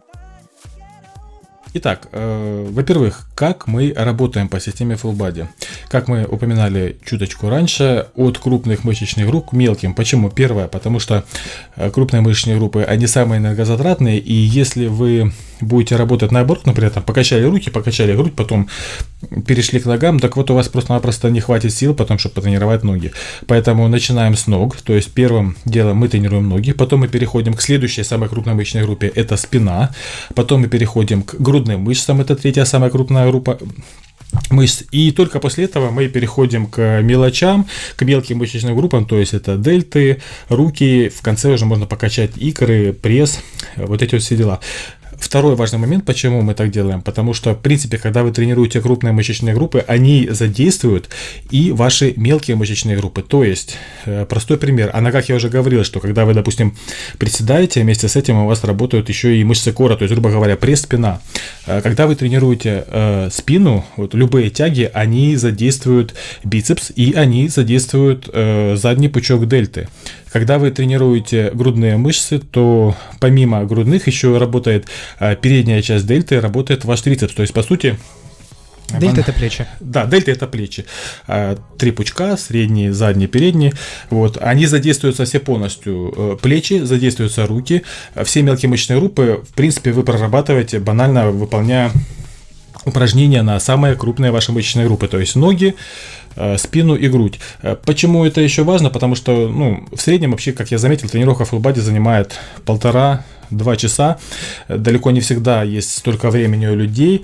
Итак, э, во-первых, как мы работаем по системе full body? Как мы упоминали чуточку раньше, от крупных мышечных групп к мелким. Почему? Первое, потому что крупные мышечные группы, они самые энергозатратные, и если вы будете работать наоборот, например, там, покачали руки, покачали грудь, потом перешли к ногам, так вот у вас просто-напросто не хватит сил потом, чтобы потренировать ноги. Поэтому начинаем с ног, то есть первым делом мы тренируем ноги, потом мы переходим к следующей самой крупной мышечной группе, это спина, потом мы переходим к грудным мышцам, это третья самая крупная группа мышц, и только после этого мы переходим к мелочам, к мелким мышечным группам, то есть это дельты, руки, в конце уже можно покачать икры, пресс, вот эти вот все дела. Второй важный момент, почему мы так делаем, потому что, в принципе, когда вы тренируете крупные мышечные группы, они задействуют и ваши мелкие мышечные группы. То есть, простой пример, а на как я уже говорил, что когда вы, допустим, приседаете, вместе с этим у вас работают еще и мышцы кора, то есть, грубо говоря, пресс, спина. Когда вы тренируете э, спину, вот любые тяги, они задействуют бицепс и они задействуют э, задний пучок дельты. Когда вы тренируете грудные мышцы, то помимо грудных еще работает э, передняя часть дельты, работает ваш трицепс. То есть, по сути... Дельта – это плечи. Да, дельта – это плечи. Три пучка, средний, задний, передний. Вот. Они задействуются все полностью. Плечи, задействуются руки. Все мелкие мышечные группы, в принципе, вы прорабатываете, банально выполняя упражнения на самые крупные ваши мышечные группы. То есть ноги, спину и грудь. Почему это еще важно? Потому что, ну, в среднем вообще, как я заметил, тренировка full body занимает полтора два часа, далеко не всегда есть столько времени у людей,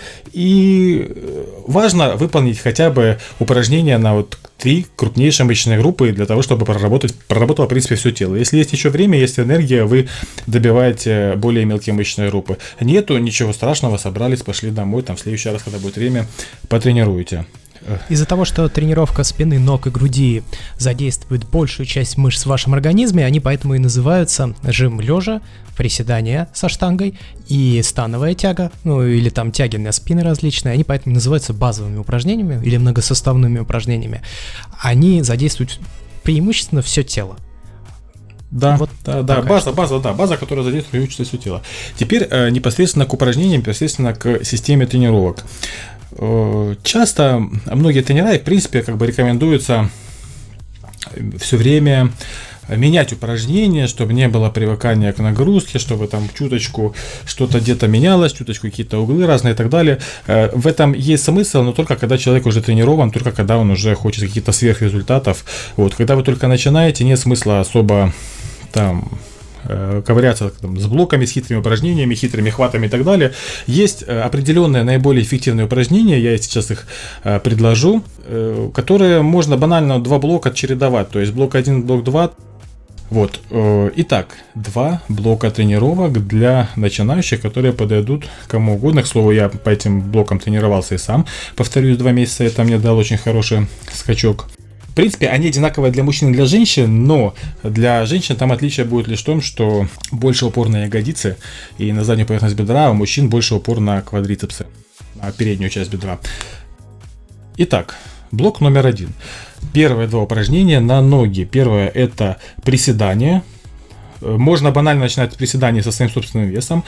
и важно выполнить хотя бы упражнения на вот три крупнейшие мышечные группы для того, чтобы проработать, проработало, в принципе, все тело. Если есть еще время, есть энергия, вы добиваете более мелкие мышечные группы. Нету, ничего страшного, собрались, пошли домой, там в следующий раз, когда будет время, потренируете. Из-за того, что тренировка спины, ног и груди задействует большую часть мышц в вашем организме, они поэтому и называются жим лежа, приседания со штангой и становая тяга, ну или там тяги на спины различные, они поэтому называются базовыми упражнениями или многосоставными упражнениями. Они задействуют преимущественно все тело. Да, вот да, да, база, база, да, база, которая задействует преимущественно все тело. Теперь э, непосредственно к упражнениям, непосредственно к системе тренировок. Часто многие тренера, в принципе, как бы рекомендуется все время менять упражнения, чтобы не было привыкания к нагрузке, чтобы там чуточку что-то где-то менялось, чуточку какие-то углы разные и так далее. В этом есть смысл, но только когда человек уже тренирован, только когда он уже хочет каких-то сверхрезультатов. Вот, когда вы только начинаете, нет смысла особо там ковыряться там, с блоками, с хитрыми упражнениями, хитрыми хватами и так далее. Есть определенные наиболее эффективные упражнения, я сейчас их предложу, которые можно банально два блока чередовать, то есть блок один, блок два. Вот. Итак, два блока тренировок для начинающих, которые подойдут кому угодно. К слову, я по этим блокам тренировался и сам. Повторюсь, два месяца это мне дал очень хороший скачок. В принципе, они одинаковые для мужчин и для женщин, но для женщин там отличие будет лишь в том, что больше упор на ягодицы и на заднюю поверхность бедра, а у мужчин больше упор на квадрицепсы, на переднюю часть бедра. Итак, блок номер один. Первые два упражнения на ноги. Первое — это приседание. Можно банально начинать приседание со своим собственным весом.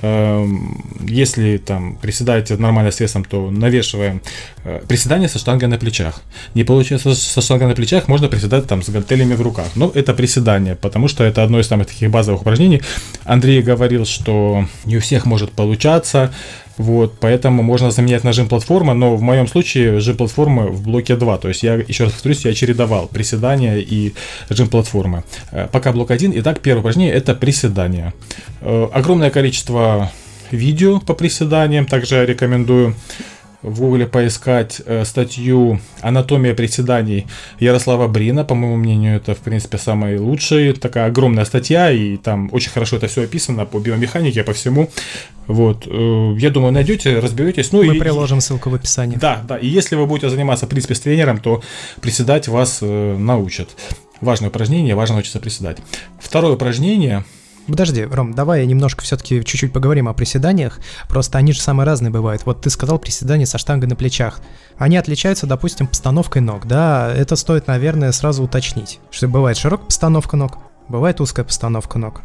Если там приседаете нормально с весом, то навешиваем приседание со штангой на плечах. Не получается со штангой на плечах, можно приседать там с гантелями в руках. Но это приседание, потому что это одно из самых таких базовых упражнений. Андрей говорил, что не у всех может получаться. Вот, поэтому можно заменять на жим-платформы, но в моем случае жим-платформы в блоке два, то есть я, еще раз повторюсь, я чередовал приседания и жим-платформы. Пока блок один. Итак, первое упражнение — это приседание. Огромное количество видео по приседаниям, также рекомендую в Гугле поискать э, статью «Анатомия приседаний» Ярослава Брина. По моему мнению, это, в принципе, самая лучшая, такая огромная статья, и там очень хорошо это все описано по биомеханике, по всему. Вот, э, я думаю, найдете, разберетесь. Ну, Мы и, приложим ссылку в описании. Да, да, и если вы будете заниматься, в принципе, с тренером, то приседать вас э, научат. Важное упражнение, важно научиться приседать. Второе упражнение... Подожди, Ром, давай немножко все-таки чуть-чуть поговорим о приседаниях. Просто они же самые разные бывают. Вот ты сказал приседания со штангой на плечах. Они отличаются, допустим, постановкой ног, да? Это стоит, наверное, сразу уточнить. Что бывает широкая постановка ног, бывает узкая постановка ног.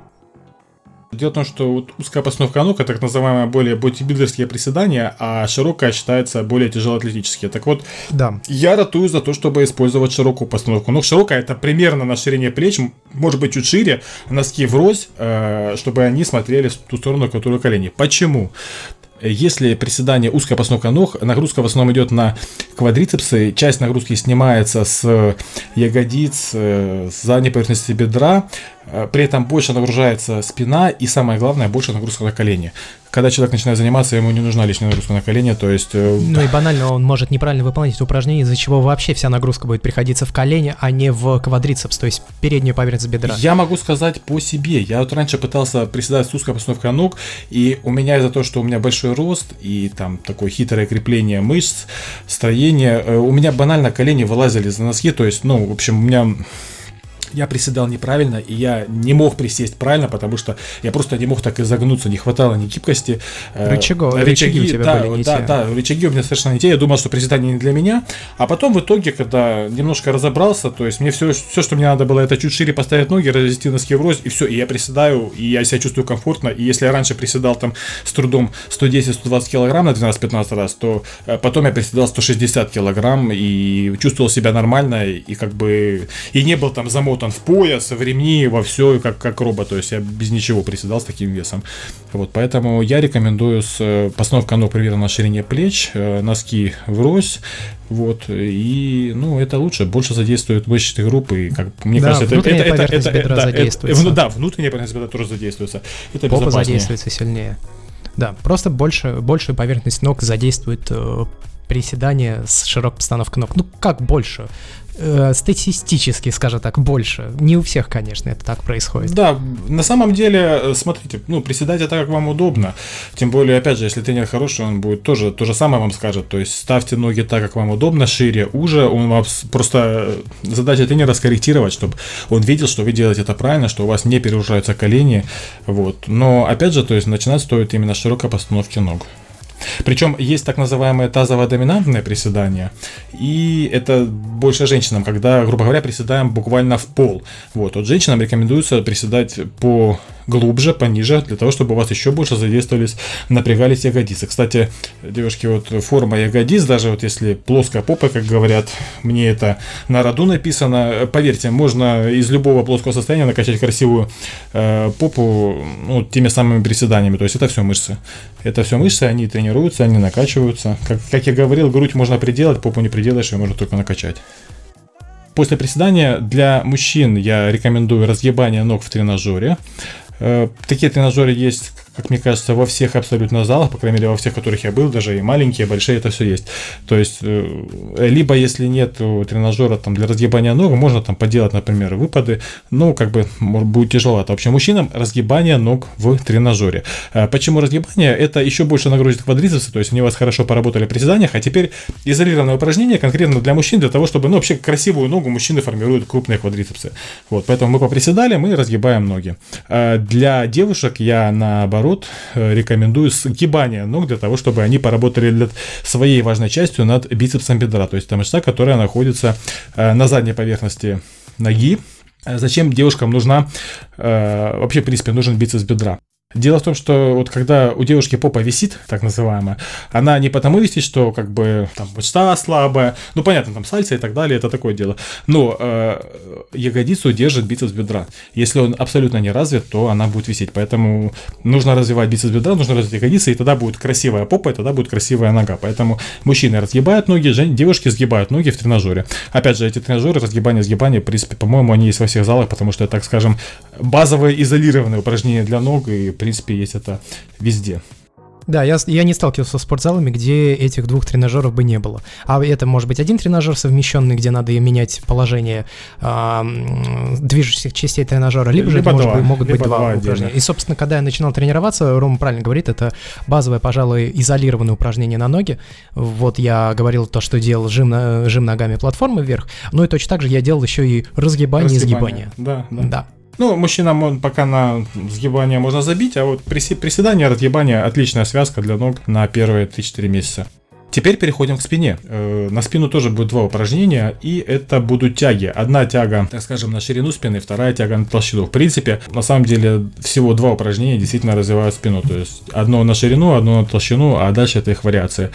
Дело в том, что вот узкая постановка ног — это так называемые более бодибилдерские приседания, а широкая считается более тяжелоатлетические. Так вот, да. Я ратую за то, чтобы использовать широкую постановку ног. Широкая — это примерно на ширине плеч, может быть чуть шире, носки врозь, чтобы они смотрели в ту сторону, которую колени. Почему? Если приседание узкая постановка ног, нагрузка в основном идет на квадрицепсы, часть нагрузки снимается с ягодиц, с задней поверхности бедра, при этом больше нагружается спина и, самое главное, больше нагрузка на колени. Когда человек начинает заниматься, ему не нужна лишняя нагрузка на колени, то есть... Ну и банально он может неправильно выполнять это упражнение, из-за чего вообще вся нагрузка будет приходиться в колени, а не в квадрицепс, то есть переднюю поверхность бедра. Я могу сказать по себе. Я вот раньше пытался приседать с узкой постановкой ног, и у меня из-за того, что у меня большой рост и там такое хитрое крепление мышц, строение, у меня банально колени вылазили за носки, то есть, ну, в общем, у меня... Я приседал неправильно, и я не мог присесть правильно, потому что я просто не мог так изогнуться, не хватало ни гибкости. Рычагов, рычаги, рычаги у тебя да, были не да, те. Да, рычаги у меня совершенно не те. Я думал, что приседание не для меня. А потом в итоге, когда немножко разобрался, то есть мне все, все, что мне надо было, это чуть шире поставить ноги, развести носки врозь, и все, и я приседаю, и я себя чувствую комфортно. И если я раньше приседал там с трудом сто десять - сто двадцать килограмм на двенадцать-пятнадцать раз, то потом я приседал сто шестьдесят килограмм и чувствовал себя нормально, и как бы и не был там замотан в пояс, в ремни, во все, как, как робот, то есть я без ничего приседал с таким весом. Вот, поэтому я рекомендую с постановкой ног примерно на ширине плеч, носки врозь, вот, и, ну, это лучше, больше задействует мышечные группы, и, как мне да, кажется, это, это, это, это, бедра это, задействуется. это, да, внутренняя поверхность бедра тоже задействуется, это Попа безопаснее. задействуется сильнее. Да, просто больше, большую поверхность ног задействует э, приседание с широкой постановкой ног. Ну, как больше? Э, статистически, скажем так, больше. Не у всех, конечно, это так происходит. Да, на самом деле, смотрите, ну, приседать это как вам удобно. Тем более, опять же, если тренер хороший, он будет тоже то же самое вам скажет. То есть ставьте ноги так, как вам удобно, шире, уже. Он вам просто задача тренера скорректировать, чтобы он видел, что вы делаете это правильно, что у вас не перегружаются колени. Вот. Но опять же, то есть начинать стоит именно с широкой постановки ног. Причем есть так называемое тазово-доминантное приседание, и это больше женщинам, когда, грубо говоря, приседаем буквально в пол. Вот, вот женщинам рекомендуется приседать по глубже, пониже, для того, чтобы у вас еще больше задействовались, напрягались ягодицы. Кстати, девушки, вот форма ягодиц, даже вот если плоская попа, как говорят, мне это на роду написано, поверьте, можно из любого плоского состояния накачать красивую э, попу, ну, теми самыми приседаниями, то есть это все мышцы. Это все мышцы, они тренируются, они накачиваются. Как, как я говорил, грудь можно приделать, попу не приделаешь, ее можно только накачать. После приседания для мужчин я рекомендую разгибание ног в тренажере. Такие тренажеры есть как мне кажется, во всех абсолютно залах, по крайней мере, во всех, в которых я был, даже и маленькие, и большие, это все есть. То есть, либо если нет тренажера там, для разгибания ног, можно там поделать, например, выпады, но как бы может, будет тяжеловато. В общем, мужчинам разгибание ног в тренажере. Почему разгибание? Это еще больше нагрузит квадрицепсы, то есть они у вас хорошо поработали при приседаниях, а теперь изолированное упражнение конкретно для мужчин, для того, чтобы, ну, вообще красивую ногу мужчины формируют крупные квадрицепсы. Вот, поэтому мы поприседали, мы разгибаем ноги. Для девушек я, наоборот, рекомендую сгибание ног для того, чтобы они поработали над своей важной частью над бицепсом бедра, то есть та мышца, которая находится на задней поверхности ноги. Зачем девушкам нужна, вообще, в принципе, нужен бицепс бедра? Дело в том, что вот когда у девушки попа висит, так называемая, она не потому висит, что как бы там мышца слабая, ну понятно, там сальцы и так далее, это такое дело, но э, ягодицу держит бицепс бедра. Если он абсолютно не развит, то она будет висеть, поэтому нужно развивать бицепс бедра, нужно развить ягодицы, и тогда будет красивая попа, и тогда будет красивая нога. Поэтому мужчины разгибают ноги, девушки сгибают ноги в тренажере. Опять же, эти тренажеры, разгибание, сгибание, в принципе, по-моему, они есть во всех залах, потому что, так скажем, базовые изолированные упражнения для ног, и в принципе, есть это везде. Да, я, я не сталкивался с спортзалами, где этих двух тренажеров бы не было. А это может быть один тренажер совмещенный, где надо менять положение э, движущихся частей тренажера, либо, либо же это может быть, могут быть два, два упражнения. И, собственно, когда я начинал тренироваться, Рома правильно говорит, это базовое, пожалуй, изолированное упражнение на ноги. Вот я говорил то, что делал жим, на, жим ногами платформы вверх, но и точно так же я делал еще и разгибание, разгибание. и сгибание. Да, да. да. Ну, мужчинам он пока на сгибание можно забить, а вот приседание, разгибание – отличная связка для ног на первые три-четыре месяца. Теперь переходим к спине. На спину тоже будет два упражнения, и это будут тяги. Одна тяга, так скажем, на ширину спины, вторая тяга на толщину. В принципе, на самом деле, всего два упражнения действительно развивают спину. То есть, одно на ширину, одно на толщину, а дальше это их вариации.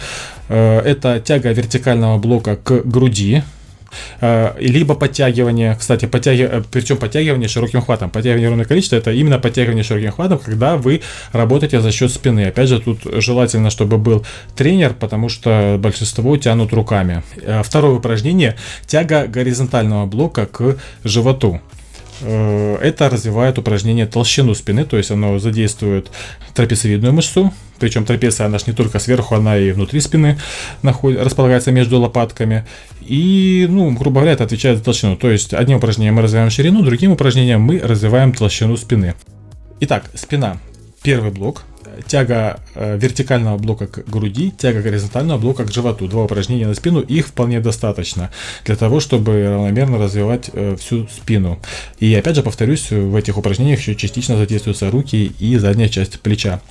Это тяга вертикального блока к груди. Либо подтягивание, кстати, подтягивание, причем подтягивание широким хватом. Подтягивание ровное количество – это именно подтягивание широким хватом, когда вы работаете за счет спины. Опять же, тут желательно, чтобы был тренер, потому что большинство тянут руками. Второе упражнение – тяга горизонтального блока к животу. Это развивает упражнение толщину спины, то есть оно задействует трапециевидную мышцу, причем трапеция, она же не только сверху, она и внутри спины находится, располагается между лопатками, и, ну, грубо говоря, это отвечает за толщину, то есть одним упражнением мы развиваем ширину, другим упражнением мы развиваем толщину спины. Итак, спина, первый блок. Тяга э, вертикального блока к груди, тяга горизонтального блока к животу. Два упражнения на спину, их вполне достаточно для того, чтобы равномерно развивать э, всю спину. И опять же повторюсь, в этих упражнениях еще частично задействуются руки и задняя часть плеча.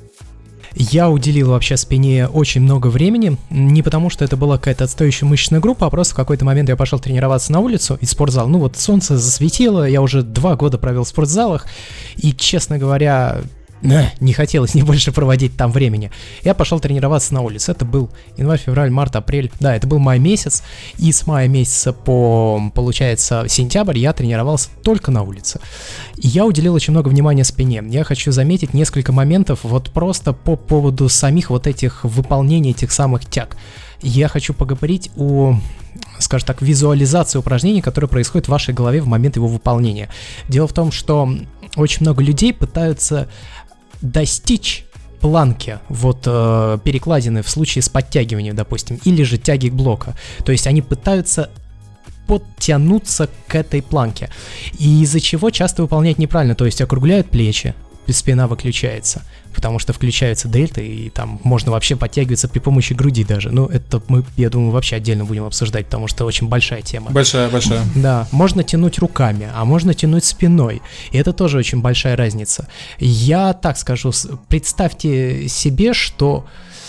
Я уделил вообще спине очень много времени, не потому что это была какая-то отстающая мышечная группа, а просто в какой-то момент я пошел тренироваться на улицу из спортзала. Ну вот солнце засветило, я уже два года провел в спортзалах, и, честно говоря, не хотелось не больше проводить там времени. Я пошел тренироваться на улице. Это был январь, февраль, март, апрель. Да, это был май месяц. И с мая месяца по, получается, сентябрь я тренировался только на улице. И я уделил очень много внимания спине. Я хочу заметить несколько моментов вот просто по поводу самих вот этих выполнений этих самых тяг. Я хочу поговорить о, скажем так, визуализации упражнений, которые происходят в вашей голове в момент его выполнения. Дело в том, что очень много людей пытаются достичь планки, вот э, перекладины в случае с подтягиванием, допустим, или же тяги блока. То есть они пытаются подтянуться к этой планке, и из-за чего часто выполняют неправильно, то есть округляют плечи, спина выключается, потому что включаются дельты, и там можно вообще подтягиваться при помощи груди даже. Ну, это мы, я думаю, вообще отдельно будем обсуждать, потому что очень большая тема. Большая, большая. Да, можно тянуть руками, а можно тянуть спиной, и это тоже очень большая разница. Я так скажу, представьте себе, что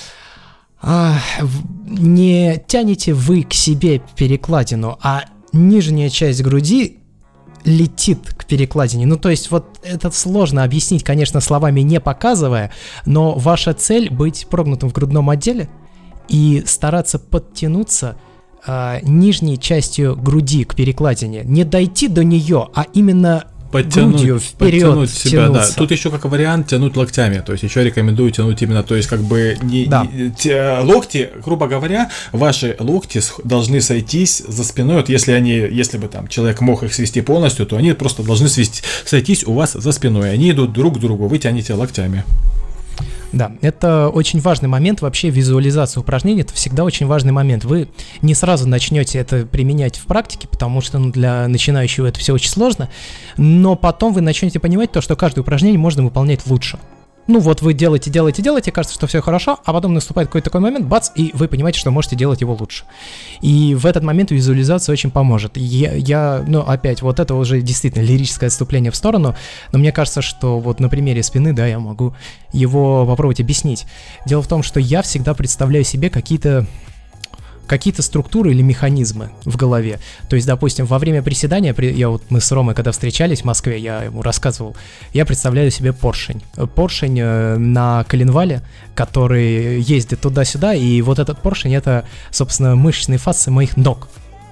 а, не тянете вы к себе перекладину, а нижняя часть груди летит к перекладине. Ну, то есть, вот это сложно объяснить, конечно, словами не показывая, но ваша цель — быть прогнутым в грудном отделе и стараться подтянуться э, нижней частью груди к перекладине. Не дойти до нее, а именно подтянуть, грудью вперед подтянуть себя, тянуться. да. Тут еще как вариант тянуть локтями, то есть еще рекомендую тянуть именно, то есть как бы не, Да. не- те- локти, грубо говоря, ваши локти с- должны сойтись за спиной, вот если они, если бы там человек мог их свести полностью, то они просто должны свести, сойтись у вас за спиной, они идут друг к другу, вы тянете локтями. Да, это очень важный момент, вообще визуализация упражнений, это всегда очень важный момент. Вы не сразу начнете это применять в практике, потому что ну, для начинающего это все очень сложно, но потом вы начнете понимать то, что каждое упражнение можно выполнять лучше. Ну вот вы делаете, делаете, делаете, кажется, что все хорошо, а потом наступает какой-то такой момент, бац, и вы понимаете, что можете делать его лучше. И в этот момент визуализация очень поможет. Я, я, ну опять, вот это уже действительно лирическое отступление в сторону, но мне кажется, что вот на примере спины, да, я могу его попробовать объяснить. Дело в том, что я всегда представляю себе какие-то какие-то структуры или механизмы в голове. То есть, допустим, во время приседания, при- я вот мы с Ромой, когда встречались в Москве, я ему рассказывал, я представляю себе поршень. Поршень э, на коленвале, который ездит туда-сюда, и вот этот поршень — это, собственно, мышечные фасции моих ног.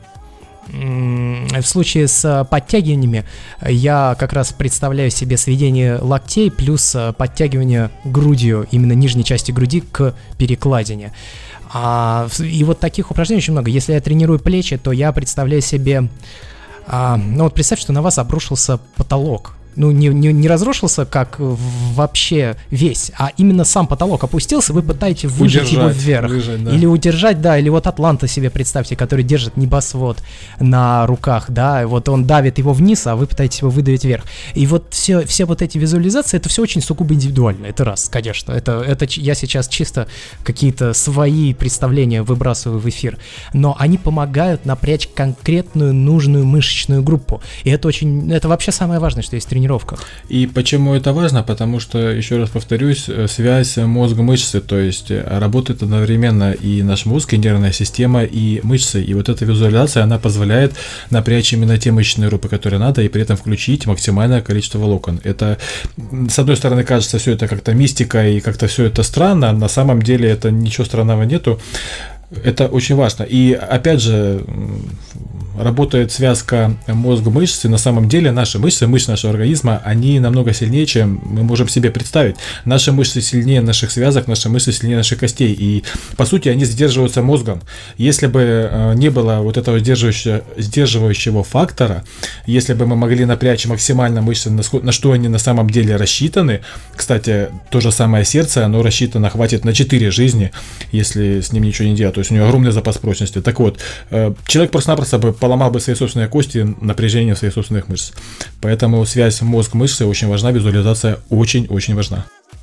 М, В случае с подтягиваниями я как раз представляю себе сведение локтей плюс э, подтягивание грудью, именно нижней части груди к перекладине. А, в- и вот таких упражнений очень много. Если я тренирую плечи, то я представляю себе... а, ну вот представь, что на вас обрушился потолок. Ну, не, не, не разрушился как в- вообще весь, а именно сам потолок опустился, вы пытаетесь выжать его Удержать, вверх. выжать, да. Или удержать, да, или вот Атланта себе представьте, который держит небосвод на руках, да, и вот он давит его вниз, а вы пытаетесь его выдавить вверх. И вот все, все вот эти визуализации, это все очень сугубо индивидуально, это раз, конечно, это, это ч- я сейчас чисто какие-то свои представления выбрасываю в эфир, но они помогают напрячь конкретную нужную мышечную группу, и это очень, это вообще самое важное, что есть в тренировках. И почему это важно? Потому что, еще раз повторюсь, э, связь мозг-мышцы, то есть э, работает одновременно и наш мозг, и нервная система, и мышцы. И вот эта визуализация, она позволяет напрячь именно те мышечные группы, которые надо, и при этом включить максимальное количество волокон. Это, м, с одной стороны, кажется, все это как-то мистика и как-то все это странно, на самом деле это ничего странного нету. Это очень важно. И опять же, м, работает связка мозг-мышцы. На самом деле наши мышцы, мышцы нашего организма, они намного сильнее, чем мы можем себе представить. Наши мышцы сильнее наших связок, наши мышцы сильнее наших костей. И по сути они сдерживаются мозгом. Если бы э, не было вот этого сдерживающего, сдерживающего фактора, если бы мы могли напрячь максимально мышцы, на, ско- на что они на самом деле рассчитаны, кстати, то же самое сердце, оно рассчитано, хватит на четыре жизни, если с ним ничего не делать. То есть у него огромный запас прочности. Так вот, э, человек просто-напросто бы поломал бы свои собственные кости напряжением своих собственных мышц. Поэтому связь мозг-мышцы очень важна, визуализация очень-очень важна.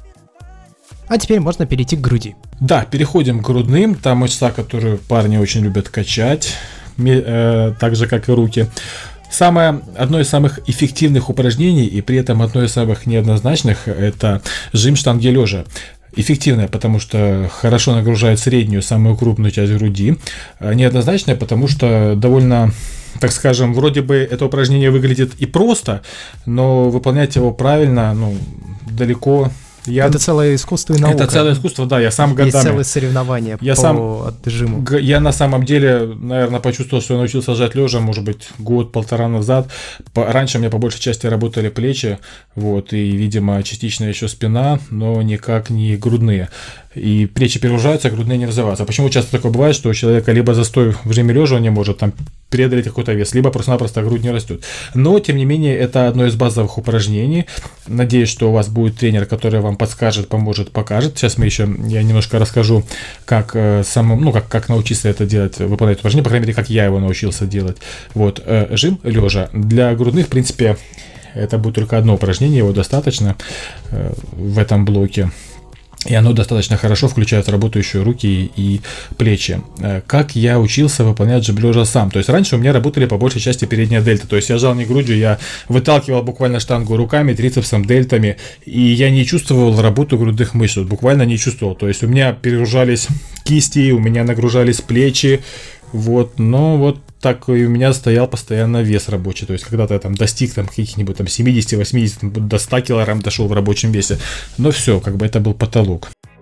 А теперь можно перейти к груди. Да, переходим к грудным. Там мышца, которую парни очень любят качать, ме- э, так же, как и руки. Самое, одно из самых эффективных упражнений и при этом одно из самых неоднозначных — это жим штанги лежа. Эффективная, потому что хорошо нагружает среднюю, самую крупную часть груди. А неоднозначная, потому что довольно, так скажем, вроде бы это упражнение выглядит и просто, но выполнять его правильно, ну, далеко... Я... Это целое искусство и наука. Это целое искусство, да, я сам Есть годами... целые соревнования Я по сам- отжиму. Г- Я на самом деле, наверное, почувствовал, что я научился жать лежа, может быть, год-полтора назад. По- Раньше у меня по большей части работали плечи, вот, и, видимо, частично еще спина, но никак не грудные. И плечи перегружаются, а грудные не развиваются. А почему часто такое бывает, что у человека либо застой в режиме лежа, он не может там преодолеть какой-то вес, либо просто-напросто грудь не растет. Но, тем не менее, это одно из базовых упражнений. Надеюсь, что у вас будет тренер, который вам подскажет, поможет, покажет. Сейчас мы еще, я немножко расскажу, как э, самому, ну, как, как научиться это делать, выполнять упражнение, по крайней мере, как я его научился делать. Вот, э, жим лежа. Для грудных, в принципе, это будет только одно упражнение, его достаточно э, в этом блоке. И оно достаточно хорошо включает в работу еще руки и плечи. Э, Как я учился выполнять жим лежа сам? То есть раньше у меня работали по большей части передняя дельта. То есть я жал не грудью, я выталкивал буквально штангу руками, трицепсом, дельтами. И я не чувствовал работу грудных мышц. Вот буквально не чувствовал. То есть у меня перегружались кисти, у меня нагружались плечи. Вот, но вот так и у меня стоял постоянно вес рабочий. То есть когда-то я там достиг там каких-нибудь там семьдесят-восемьдесят до ста килограмм дошел в рабочем весе. Но все, как бы это был потолок.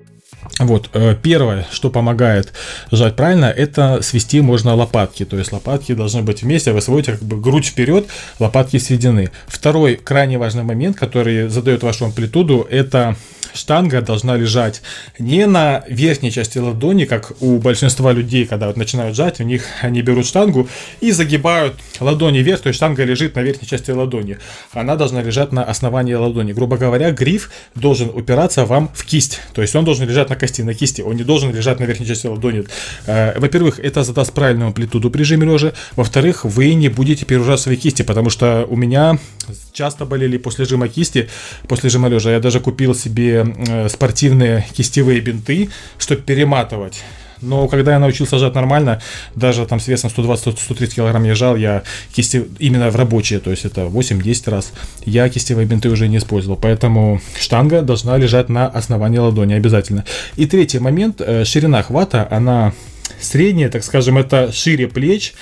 Вот, первое, что помогает жать правильно, это свести можно лопатки, то есть лопатки должны быть вместе, вы сводите как бы грудь вперед, лопатки сведены. Второй крайне важный момент, который задает вашу амплитуду, это штанга должна лежать не на верхней части ладони, как у большинства людей, когда вот начинают жать, у них они берут штангу и загибают ладони вверх, то есть штанга лежит на верхней части ладони, она должна лежать на основании ладони. Грубо говоря, гриф должен упираться вам в кисть, то есть он должен лежать на кости, на кисти, он не должен лежать на верхней части ладони. Во-первых, это задаст правильную амплитуду при жиме лежа, во-вторых, вы не будете перегружать свои кисти, потому что у меня часто болели после жима кисти, после жима лежа. Я даже купил себе спортивные кистевые бинты, чтобы перематывать. Но когда я научился жать нормально, даже там с весом сто двадцать - сто тридцать килограмм я жал, я кисти именно в рабочие, то есть это восемь-десять раз, я кистевые бинты уже не использовал. Поэтому штанга должна лежать на основании ладони обязательно. И третий момент, ширина хвата, она средняя, так скажем, это шире плеч.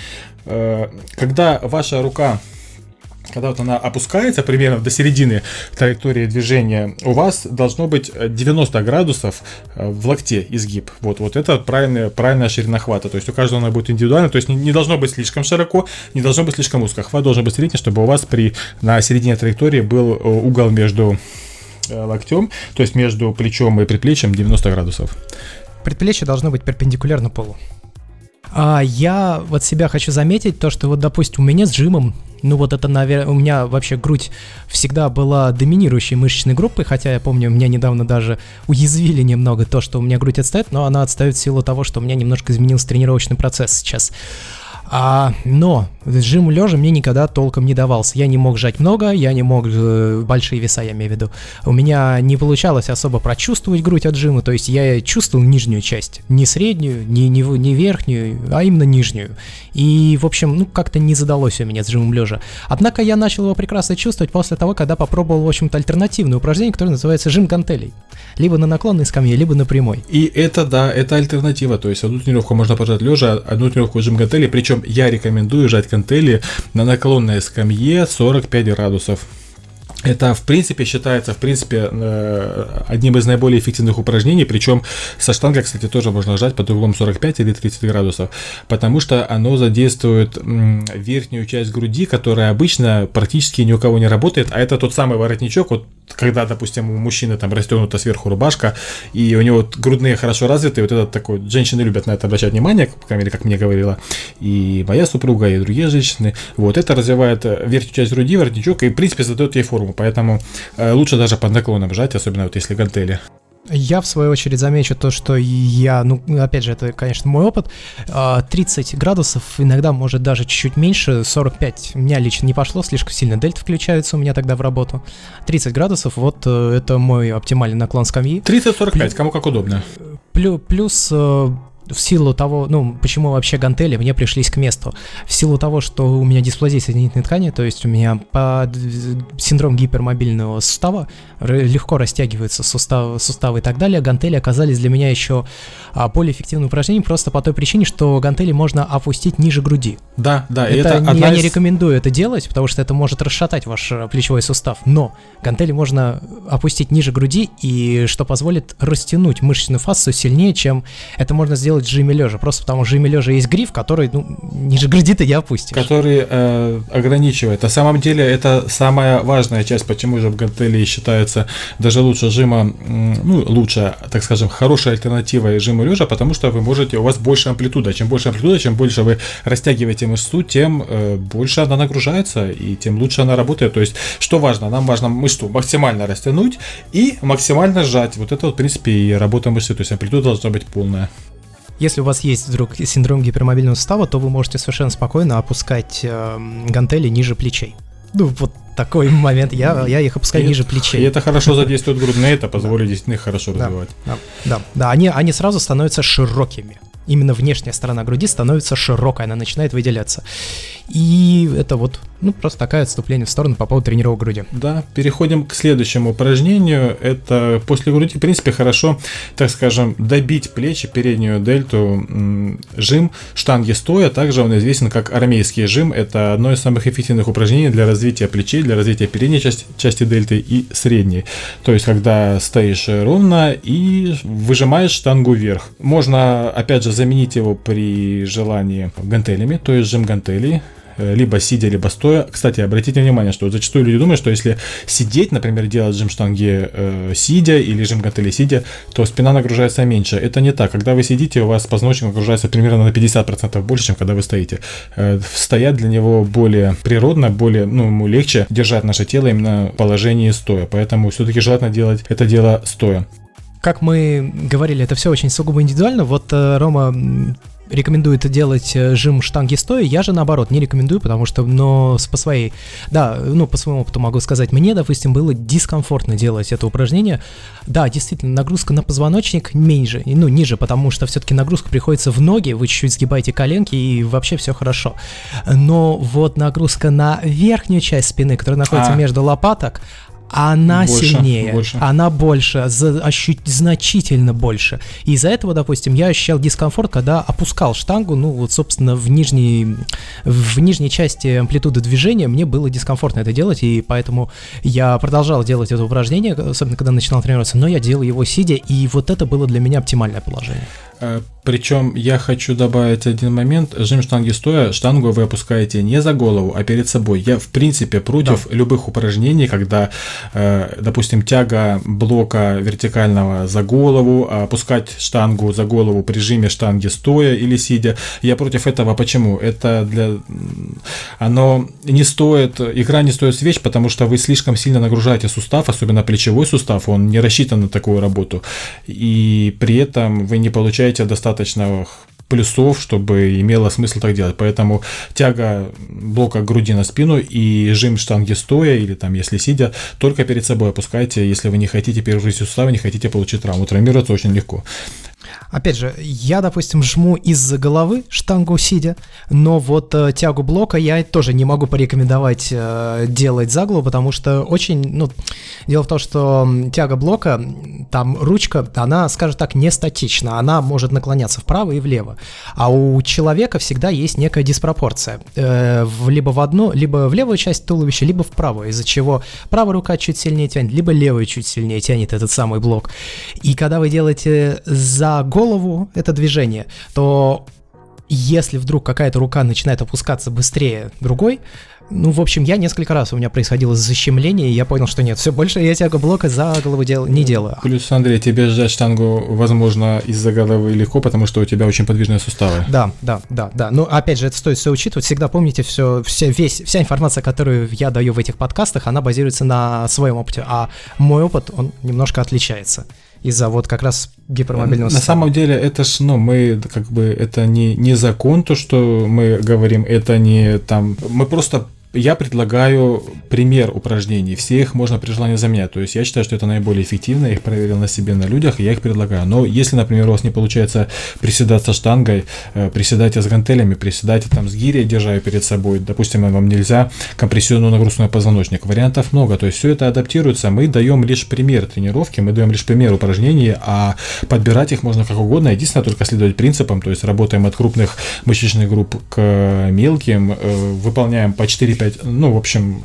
Когда ваша рука... Когда вот она опускается примерно до середины траектории движения, у вас должно быть девяносто градусов в локте изгиб. Вот, вот это правильная, правильная ширина хвата. То есть у каждого она будет индивидуально. То есть не, не должно быть слишком широко, не должно быть слишком узко. Хват должен быть средний, чтобы у вас при, на середине траектории был угол между локтем, то есть между плечом и предплечьем девяносто градусов. Предплечье должно быть перпендикулярно полу. А я вот себя хочу заметить, то, что вот, допустим, у меня с жимом, ну вот это, наверное, у меня вообще грудь всегда была доминирующей мышечной группой, хотя я помню, у меня недавно даже уязвили немного то, что у меня грудь отстает, но она отстает в силу того, что у меня немножко изменился тренировочный процесс сейчас. А, но жим лежа мне никогда толком не давался. Я не мог жать много, я не мог э, большие веса, я имею в виду. У меня не получалось особо прочувствовать грудь от жима, то есть я чувствовал нижнюю часть, не среднюю, не, не, не верхнюю, а именно нижнюю. И, в общем, ну как-то не задалось у меня с жимом лежа. Однако я начал его прекрасно чувствовать после того, когда попробовал, в общем-то, альтернативное упражнение, которое называется жим гантелей. Либо на наклонной скамье, либо на прямой. И это, да, это альтернатива, то есть одну тренировку можно пожать лежа, одну тренировку жим гантелей, причем я рекомендую жать гантели на наклонной скамье сорок пять градусов. Это, в принципе, считается, в принципе, одним из наиболее эффективных упражнений, причем со штангой, кстати, тоже можно жать под углом сорок пять или тридцать градусов, потому что оно задействует верхнюю часть груди, которая обычно практически ни у кого не работает, а это тот самый воротничок, вот когда, допустим, у мужчины там расстегнута сверху рубашка, и у него вот грудные хорошо развиты, вот этот такой, женщины любят на это обращать внимание, по крайней мере, как мне говорила и моя супруга, и другие женщины, вот, это развивает верхнюю часть груди, воротничок, и, в принципе, задает ей форму, поэтому э, лучше даже под наклоном жать, особенно вот если гантели. Я, в свою очередь, замечу то, что я, ну, опять же, это, конечно, мой опыт, тридцать градусов, иногда, может, даже чуть-чуть меньше, сорок пять, у меня лично не пошло, слишком сильно дельта включается у меня тогда в работу, тридцать градусов, вот это мой оптимальный наклон скамьи. тридцать сорок пять, кому как удобно. Плюс, плюс в силу того, ну, почему вообще гантели мне пришлись к месту, в силу того, что у меня дисплазия соединительной ткани, то есть у меня по синдром гипермобильного сустава легко растягиваются суставы, суставы и так далее, гантели оказались для меня еще более эффективным упражнением просто по той причине, что гантели можно опустить ниже груди. Да, да, это, это я из... не рекомендую это делать, потому что это может расшатать ваш плечевой сустав, но гантели можно опустить ниже груди, и что позволит растянуть мышечную фасцию сильнее, чем это можно сделать в жиме лежа, просто потому что в жиме лежа есть гриф, который, ну, ниже груди ты не опустишь. Который э, ограничивает. На самом деле это самая важная часть, почему же гантели считаются даже лучше жима, ну, лучше, так скажем, хорошей альтернативой жиму лежа, потому что вы можете, у вас больше амплитуда. Чем больше амплитуда, чем больше вы растягиваете мышцу, тем э, больше она нагружается, и тем лучше она работает. То есть, что важно? Нам важно мышцу максимально растянуть и максимально сжать. Вот это, вот, в принципе, и работа мышцы. То есть, амплитуда должна быть полная. Если у вас есть вдруг синдром гипермобильного сустава, то вы можете совершенно спокойно опускать э, гантели ниже плечей. Ну, вот такой момент, я, я их опускаю и ниже плечей. И это хорошо задействует грудные, это позволит действительно их хорошо развивать. Да, да, да, они, они сразу становятся широкими. именно внешняя сторона груди становится широкой, она начинает выделяться. И это вот, ну, просто такое отступление в сторону по поводу тренировок груди. Да, переходим к следующему упражнению. Это после груди, в принципе, хорошо, так скажем, добить плечи, переднюю дельту, жим штанги стоя. Также он известен как армейский жим. Это одно из самых эффективных упражнений для развития плечей, для развития передней части, части дельты и средней. То есть, когда стоишь ровно и выжимаешь штангу вверх. Можно, опять же, заменить его при желании гантелями, то есть жим гантелей, либо сидя, либо стоя. Кстати, обратите внимание, что зачастую люди думают, что если сидеть, например, делать жим штанги э, сидя или жим гантелей сидя, то спина нагружается меньше. Это не так. Когда вы сидите, у вас позвоночник нагружается примерно на пятьдесят процентов больше, чем когда вы стоите. Э, стоять для него более природно, более, ну, ему легче держать наше тело именно в положении стоя. Поэтому все-таки желательно делать это дело стоя. Как мы говорили, это все очень сугубо индивидуально. Вот э, Рома рекомендует делать жим штанги стоя, я же наоборот не рекомендую, потому что, но по своей, да, ну по своему опыту могу сказать, мне, допустим, было дискомфортно делать это упражнение. Да, действительно, нагрузка на позвоночник меньше, ну ниже, потому что все-таки нагрузка приходится в ноги, вы чуть-чуть сгибаете коленки и вообще все хорошо. Но вот нагрузка на верхнюю часть спины, которая находится а. между лопаток, она больше, сильнее, больше. она больше, за, ощу- значительно больше. И из-за этого, допустим, я ощущал дискомфорт, когда опускал штангу, ну вот, собственно, в нижней, в нижней части амплитуды движения мне было дискомфортно это делать, и поэтому я продолжал делать это упражнение, особенно когда начинал тренироваться, но я делал его сидя, и вот это было для меня оптимальное положение. Причем я хочу добавить один момент. Жим штанги стоя, штангу вы опускаете не за голову, а перед собой. Я в принципе против да. любых упражнений, когда, допустим, тяга блока вертикального за голову, а опускать штангу за голову при жиме штанги стоя или сидя. Я против этого. Почему? Это для... Оно не стоит, игра не стоит свеч, потому что вы слишком сильно нагружаете сустав, особенно плечевой сустав, он не рассчитан на такую работу. И при этом вы не получаете достаточно плюсов, чтобы имело смысл так делать. Поэтому тяга блока груди на спину и жим штанги стоя, или там, если сидя, только перед собой опускайте, если вы не хотите перегрузить суставы, не хотите получить травму. Травмироваться очень легко. Опять же, я, допустим, жму из-за головы штангу сидя, но вот э, тягу блока я тоже не могу порекомендовать э, делать за голову, потому что очень, ну, дело в том, что тяга блока, там ручка, она, скажем так, не статична, она может наклоняться вправо и влево, а у человека всегда есть некая диспропорция, э, в, либо в одну, либо в левую часть туловища, либо в правую, из-за чего правая рука чуть сильнее тянет, либо левая чуть сильнее тянет этот самый блок, и когда вы делаете за голову это движение, то если вдруг какая-то рука начинает опускаться быстрее другой, ну, в общем, я несколько раз у меня происходило защемление, и я понял, что нет, все больше я тягу блока за голову дел- не делаю. Плюс, Андрей, тебе сжать штангу, возможно, из-за головы легко, потому что у тебя очень подвижные суставы. Да, да, да, да. Но, опять же, это стоит все учитывать. Всегда помните, все, все, весь, вся информация, которую я даю в этих подкастах, она базируется на своем опыте, а мой опыт, он немножко отличается. Из-за вот как раз гипермобильного сустава. На самом деле это ж, ну, мы как бы, это не, не закон, то, что мы говорим, это не там, мы просто... Я предлагаю пример упражнений, все их можно при желании заменять, то есть я считаю, что это наиболее эффективно, я их проверил на себе, на людях, и я их предлагаю, но если, например, у вас не получается приседать со штангой, приседайте с гантелями, приседайте там с гирей, держа ее перед собой, допустим, вам нельзя компрессионную нагрузку на позвоночник, вариантов много, то есть все это адаптируется, мы даем лишь пример тренировки, мы даем лишь пример упражнений, а подбирать их можно как угодно, единственное, только следовать принципам, то есть работаем от крупных мышечных групп к мелким, выполняем по четыре, ну, в общем,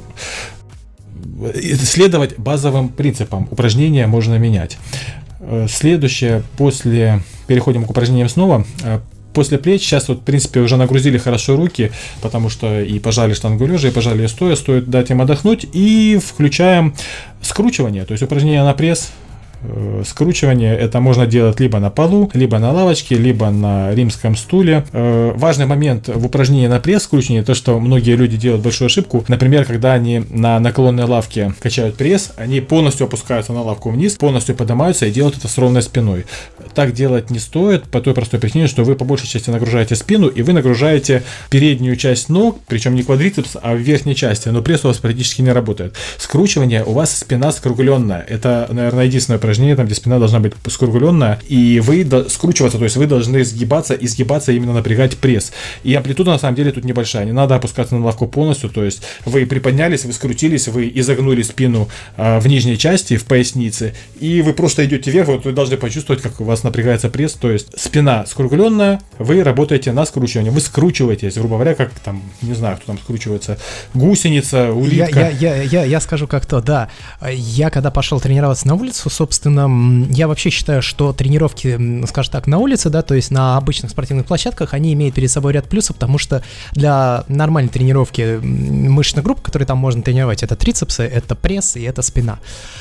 следовать базовым принципам. Упражнения можно менять. Следующее, после... Переходим к упражнениям снова. После плеч, сейчас вот, в принципе, уже нагрузили хорошо руки, потому что и пожали штангу лежа, и пожали ее стоя, стоит дать им отдохнуть, и включаем скручивание, то есть упражнение на пресс. Скручивание это можно делать либо на полу, либо на лавочке, либо на римском стуле. Важный момент в упражнении на пресс скручивание, то что многие люди делают большую ошибку. Например, когда они на наклонной лавке качают пресс, они полностью опускаются на лавку вниз, полностью поднимаются и делают это с ровной спиной. Так делать не стоит по той простой причине, что вы по большей части нагружаете спину и вы нагружаете переднюю часть ног, причем не квадрицепс, а в верхней части, но пресс у вас практически не работает. Скручивание, у вас спина скругленная. Это, наверное, единственное упражнение, упражнение, там, где спина должна быть скругленная, и вы до... скручиваться, то есть вы должны сгибаться и сгибаться, именно напрягать пресс. И амплитуда на самом деле тут небольшая, не надо опускаться на лавку полностью, то есть вы приподнялись, вы скрутились, вы изогнули спину а, в нижней части, в пояснице, и вы просто идете вверх, вот вы должны почувствовать, как у вас напрягается пресс, то есть спина скругленная, вы работаете на скручивании, вы скручиваетесь, грубо говоря, как там, не знаю, кто там скручивается, гусеница, улитка. Я, я, я, я, я скажу как то, да. Я когда пошел тренироваться на улицу, собственно, я вообще считаю, что тренировки, скажем так, на улице, да, то есть на обычных спортивных площадках, они имеют перед собой ряд плюсов, потому что для нормальной тренировки мышечных групп, которые там можно тренировать, это трицепсы, это пресс и это спина.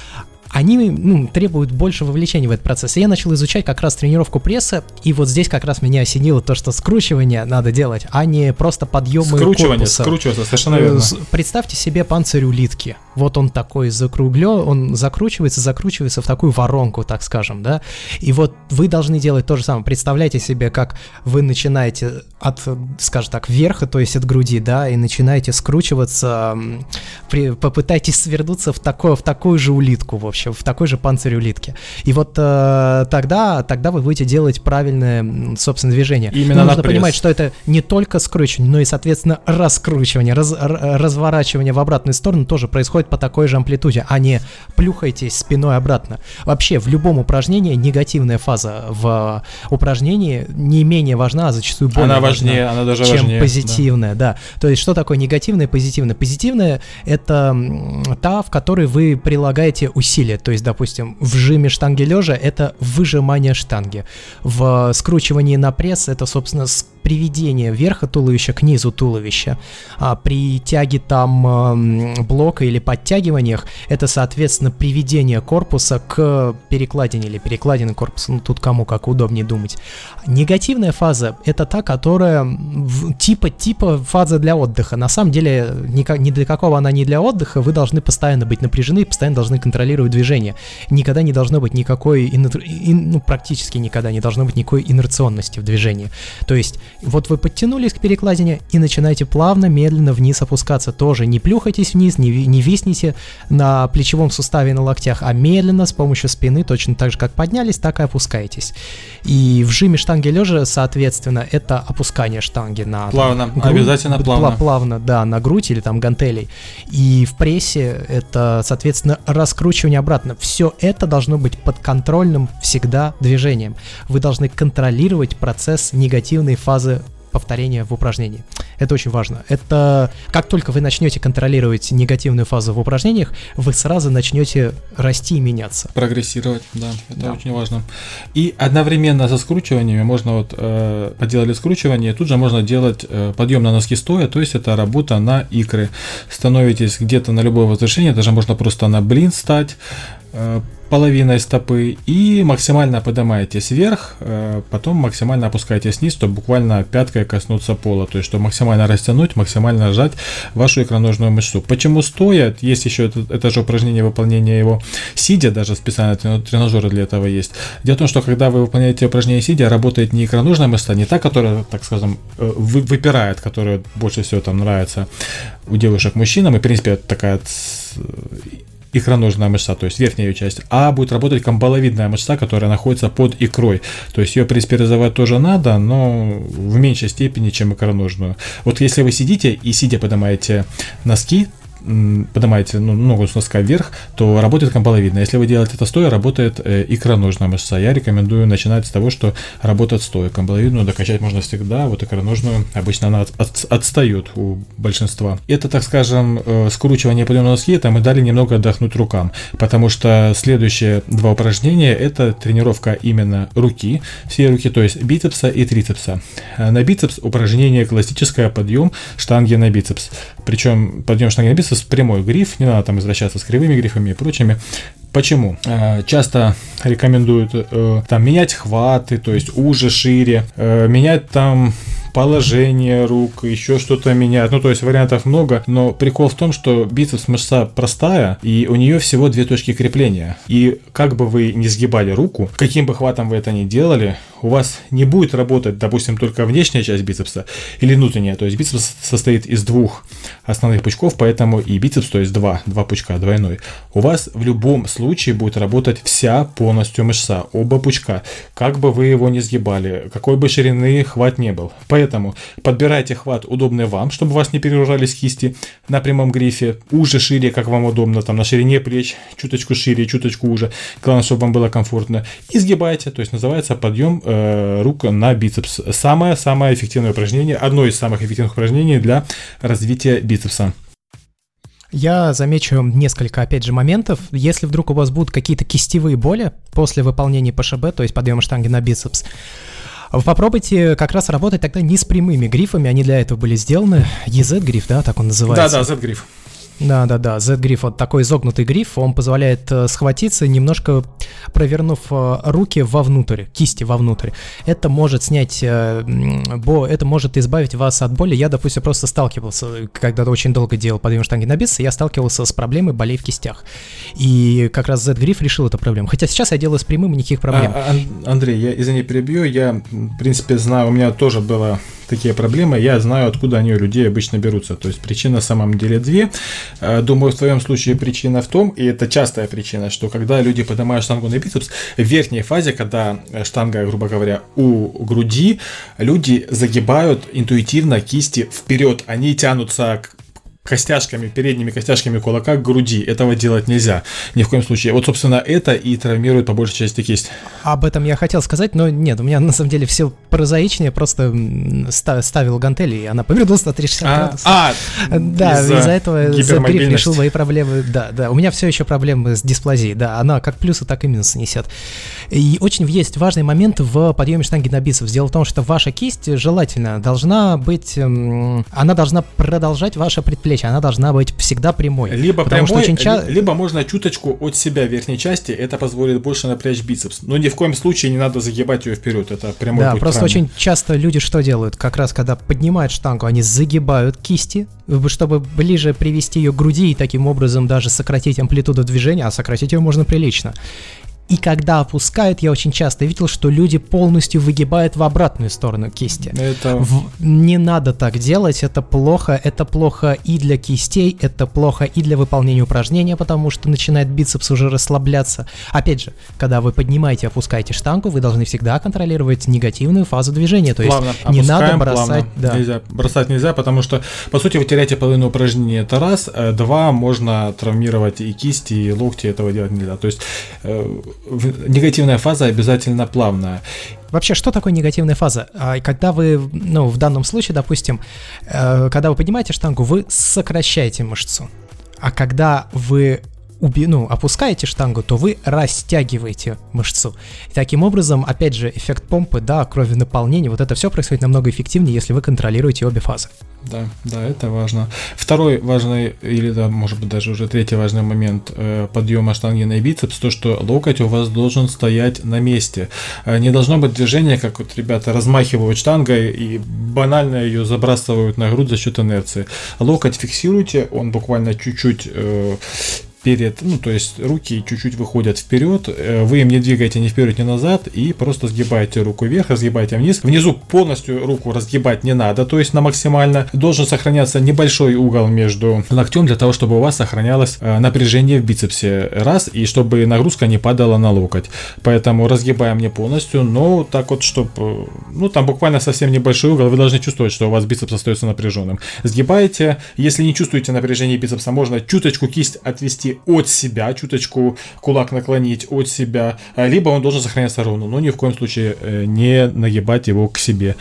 Они, ну, требуют больше вовлечения в этот процесс. И я начал изучать как раз тренировку пресса, и вот здесь как раз меня осенило то, что скручивание надо делать, а не просто подъемы скручивание, корпуса. Скручивание, совершенно верно. Представьте себе панцирь улитки. Вот он такой закруглен, он закручивается, закручивается в такую воронку, так скажем, да. И вот вы должны делать то же самое. Представляете себе, как вы начинаете от, скажем так, верха, то есть от груди, да, и начинаете скручиваться, при, попытайтесь свернуться в, такое, в такую же улитку, в общем, в такой же панцирь улитки. И вот э, тогда, тогда вы будете делать правильное, собственно, движение. Именно но на нужно пресс. понимать, что это не только скручивание, но и, соответственно, раскручивание, раз, разворачивание в обратную сторону тоже происходит по такой же амплитуде, а не плюхайтесь спиной обратно. Вообще, в любом упражнении негативная фаза в упражнении не менее важна, а зачастую более она важна, важнее, она даже чем важнее, позитивная, да. да. То есть, что такое негативное и позитивное? Позитивное — это та, в которой вы прилагаете усилия. То есть, допустим, в жиме штанги лежа — это выжимание штанги. В скручивании на пресс — это, собственно, приведение верха туловища к низу туловища. А при тяге там блока или подтягиваниях это, соответственно, приведение корпуса к перекладине или перекладины корпуса. Ну, тут кому как удобнее думать. Негативная фаза — это та, которая типа, типа фаза для отдыха. На самом деле, ни, ни для какого она не для отдыха. Вы должны постоянно быть напряжены и постоянно должны контролировать движение. Никогда не должно быть никакой, инер... ну, практически никогда не должно быть никакой инерционности в движении. То есть, вот вы подтянулись к перекладине и начинаете плавно, медленно вниз опускаться. Тоже не плюхайтесь вниз, не, не висните на плечевом суставе и на локтях, а медленно с помощью спины, точно так же, как поднялись, так и опускаетесь. И в жиме штанги лежа, соответственно, это опускание штанги на... Плавно, там, грудь, обязательно плавно. Плавно, да, на грудь или там гантелей. И в прессе это, соответственно, раскручивание обратно. Все это должно быть подконтрольным всегда движением. Вы должны контролировать процесс негативной фазы повторения в упражнении. Это очень важно. Это как только вы начнете контролировать негативную фазу в упражнениях, вы сразу начнете расти и меняться. Прогрессировать, да, это да. очень важно. И одновременно со скручиваниями можно вот э, поделали скручивание, тут же можно делать э, подъем на носки стоя, то есть это работа на икры. Становитесь где-то на любое возвышение, даже можно просто на блин стать, э, половиной стопы и максимально поднимаетесь вверх, потом максимально опускаетесь вниз, чтобы буквально пяткой коснуться пола, то есть чтобы максимально растянуть, максимально сжать вашу икроножную мышцу. Почему стоя? Есть еще это, это же упражнение, выполнение его сидя, даже специально тренажеры для этого есть. Дело в том, что когда вы выполняете упражнение сидя, работает не икроножная мышца, не та, которая, так скажем, вы, выпирает, которая больше всего там нравится у девушек, мужчинам, и в принципе это такая икроножная мышца, то есть верхняя ее часть, а будет работать камбаловидная мышца, которая находится под икрой. То есть ее прессперизовать тоже надо, но в меньшей степени, чем икроножную. Вот если вы сидите и сидя поднимаете носки, поднимаете ну, ногу с носка вверх, то работает камбаловидная. Если вы делаете это стоя, работает э, икроножная мышца. Я рекомендую начинать с того, что работает стоя. Камбаловидную докачать можно всегда, вот икроножную обычно она от, от, отстает у большинства. Это, так скажем, э, скручивание подъема носки, это мы дали немного отдохнуть рукам, потому что следующие два упражнения это тренировка именно руки, всей руки, то есть бицепса и трицепса. На бицепс упражнение классическое, подъем штанги на бицепс. Причем подъем штанги на бицепс прямой гриф, не надо там извращаться с кривыми грифами и прочими. Почему? Часто рекомендуют там менять хваты, то есть уже, шире, менять там положение рук, еще что-то менять. Ну, то есть вариантов много, но прикол в том, что бицепс мышца простая, и у нее всего две точки крепления. И как бы вы ни сгибали руку, каким бы хватом вы это ни делали, у вас не будет работать, допустим, только внешняя часть бицепса или внутренняя. То есть бицепс состоит из двух основных пучков, поэтому и бицепс, то есть два, два пучка, двойной. У вас в любом случае будет работать вся полностью мышца, оба пучка, как бы вы его ни сгибали, какой бы ширины хват не был. Поэтому подбирайте хват удобный вам, чтобы у вас не перегружались кисти на прямом грифе, уже шире, как вам удобно, там на ширине плеч, чуточку шире, чуточку уже, главное, чтобы вам было комфортно, и сгибайте, то есть называется подъем э, рук на бицепс. Самое-самое эффективное упражнение, одно из самых эффективных упражнений для развития бицепса. Я замечу несколько, опять же, моментов. Если вдруг у вас будут какие-то кистевые боли после выполнения ПШБ, то есть подъема штанги на бицепс, вы попробуйте как раз работать тогда не с прямыми грифами, они для этого были сделаны. и зет-гриф, да, так он называется? Да-да, зет-гриф. Да-да-да, зет-гриф, вот такой изогнутый гриф, он позволяет э, схватиться, немножко провернув э, руки вовнутрь, кисти вовнутрь. Это может снять, э, бо, это может избавить вас от боли. Я, допустим, просто сталкивался, когда очень долго делал подъем штанги на бицепс, я сталкивался с проблемой болей в кистях. И как раз зет-гриф решил эту проблему. Хотя сейчас я делаю с прямым, и никаких проблем. А, Андрей, я, извини, перебью, я, в принципе, знаю, у меня тоже было такие проблемы, я знаю, откуда они у людей обычно берутся. То есть причина на самом деле две. Думаю, в твоем случае причина в том, и это частая причина, что когда люди поднимают штангу на бицепс, в верхней фазе, когда штанга, грубо говоря, у груди, люди загибают интуитивно кисти вперед, они тянутся к костяшками, передними костяшками кулака к груди. Этого делать нельзя ни в коем случае. Вот, собственно, это и травмирует по большей части кисть. Об этом я хотел сказать, но нет, у меня на самом деле все прозаичнее, просто ставил гантели, и она повернулась на триста шестьдесят а, градусов. А, да, из-за, из-за этого зет-гриф решил мои проблемы. Да, да, у меня все еще проблемы с дисплазией, да, она как плюсы, так и минусы несет. И очень есть важный момент в подъеме штанги на бицепс. Дело в том, что ваша кисть желательно должна быть, она должна продолжать ваше предплечье. Она должна быть всегда прямой. Либо прямой, очень ча... либо можно чуточку от себя верхней части, это позволит больше напрячь бицепс. Но ни в коем случае не надо загибать ее вперед, это прямой да, путь. Да, просто правильно. Очень часто люди что делают? Как раз когда поднимают штангу, они загибают кисти, чтобы ближе привести ее к груди и таким образом даже сократить амплитуду движения, а сократить ее можно прилично. И когда опускают, я очень часто видел, что люди полностью выгибают в обратную сторону кисти. Это... В... Не надо так делать, это плохо. Это плохо и для кистей, это плохо и для выполнения упражнения, потому что начинает бицепс уже расслабляться. Опять же, когда вы поднимаете и опускаете штангу, вы должны всегда контролировать негативную фазу движения. То есть плавно. не Опускаем, надо бросать... Да. Нельзя. Бросать нельзя, потому что, по сути, вы теряете половину упражнения. Это раз. Два, можно травмировать и кисти, и локти, этого делать нельзя. То есть... негативная фаза обязательно плавная. Вообще, что такое негативная фаза? Когда вы, ну, в данном случае, допустим, когда вы поднимаете штангу, вы сокращаете мышцу. А когда вы уби- ну, опускаете штангу, то вы растягиваете мышцу. И таким образом, опять же, эффект помпы, да, крови наполнения, вот это все происходит намного эффективнее, если вы контролируете обе фазы. Да, да, это важно. Второй важный, или да, может быть даже уже третий важный момент э, подъема штанги на бицепс, то, что локоть у вас должен стоять на месте. Э, не должно быть движения, как вот ребята размахивают штангой и банально ее забрасывают на грудь за счет инерции. Локоть фиксируйте, он буквально чуть-чуть... Э, перед, ну, то есть руки чуть-чуть выходят вперед, вы им не двигаете ни вперед, ни назад, и просто сгибаете руку вверх, разгибаете вниз. Внизу полностью руку разгибать не надо, то есть на максимально. Должен сохраняться небольшой угол между локтем, для того, чтобы у вас сохранялось напряжение в бицепсе, раз, и чтобы нагрузка не падала на локоть. Поэтому разгибаем не полностью, но так вот, чтобы, ну, там буквально совсем небольшой угол, вы должны чувствовать, что у вас бицепс остается напряженным. Сгибаете, если не чувствуете напряжение бицепса, можно чуточку кисть отвести от себя, чуточку кулак наклонить от себя, либо он должен сохраняться ровно, но ни в коем случае не нагибать его к себе.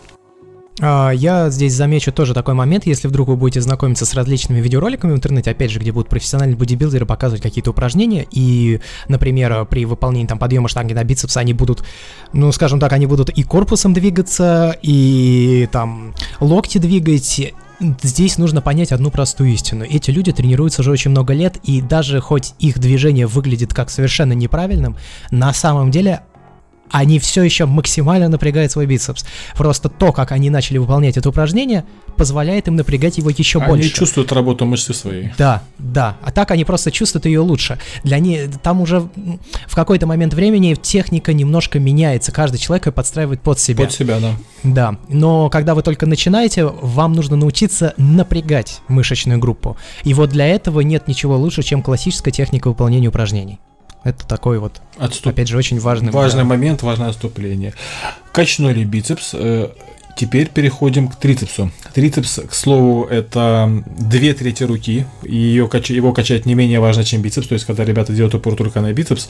Я здесь замечу тоже такой момент, если вдруг вы будете знакомиться с различными видеороликами в интернете, опять же, где будут профессиональные бодибилдеры показывать какие-то упражнения, и, например, при выполнении там подъема штанги на бицепс они будут, ну, скажем так, они будут и корпусом двигаться, и там локти двигать. Здесь нужно понять одну простую истину. Эти люди тренируются уже очень много лет, и даже хоть их движение выглядит как совершенно неправильным, на самом деле они все еще максимально напрягают свой бицепс. Просто то, как они начали выполнять это упражнение, позволяет им напрягать его еще они больше. Они чувствуют работу мышцы своей. Да, да. А так они просто чувствуют ее лучше. Для них там уже в какой-то момент времени техника немножко меняется. Каждый человек ее подстраивает под себя. Под себя, да. Да. Но когда вы только начинаете, вам нужно научиться напрягать мышечную группу. И вот для этого нет ничего лучше, чем классическая техника выполнения упражнений. Это такой вот, Отступ... опять же, очень важный, важный да. момент, важное отступление. Качнули бицепс, э, теперь переходим к трицепсу. Трицепс, к слову, это две трети руки, и ее, его качать не менее важно, чем бицепс. То есть, когда ребята делают упор только на бицепс,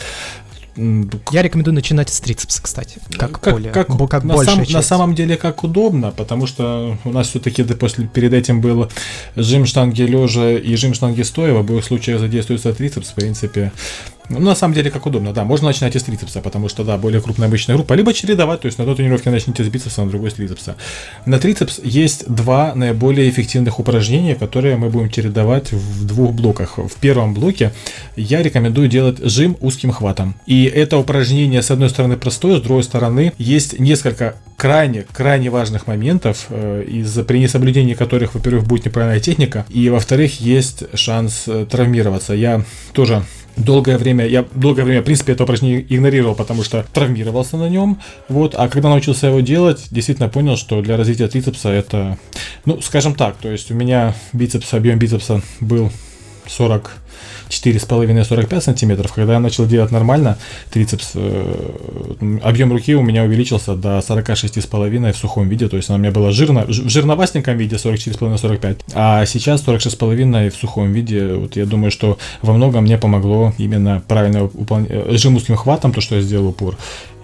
я рекомендую начинать с трицепса, кстати, как, как, более, как, бо, как на, большая сам, часть. на самом деле как удобно, потому что у нас все-таки после, перед этим был жим штанги лежа и жим штанги стоя, в обоих случаях задействуется трицепс, в принципе. Ну, на самом деле, как удобно, да, можно начинать из трицепса, потому что, да, более крупная обычная группа, либо чередовать, то есть на одной тренировке начните с бицепса, на другой с трицепса. На трицепс есть два наиболее эффективных упражнения, которые мы будем чередовать в двух блоках. В первом блоке я рекомендую делать жим узким хватом. И это упражнение, с одной стороны, простое, с другой стороны, есть несколько крайне-крайне важных моментов, э, из-за при несоблюдении которых, во-первых, будет неправильная техника, и, во-вторых, есть шанс э, травмироваться. Я тоже... Долгое время, я долгое время, в принципе, это упражнение игнорировал, потому что травмировался на нем, вот, а когда научился его делать, действительно понял, что для развития трицепса это, ну, скажем так, то есть у меня бицепс, объем бицепса был сорок четыре с половиной - сорок пять сантиметров, когда я начал делать нормально трицепс, э, объем руки у меня увеличился до сорок шесть с половиной в сухом виде, то есть она у меня была жирно, в жирновастеньком виде сорок четыре с половиной - сорок пять, а сейчас сорок шесть с половиной в сухом виде. Вот я думаю, что во многом мне помогло именно правильно выполнять жим узким хватом, то, что я сделал упор.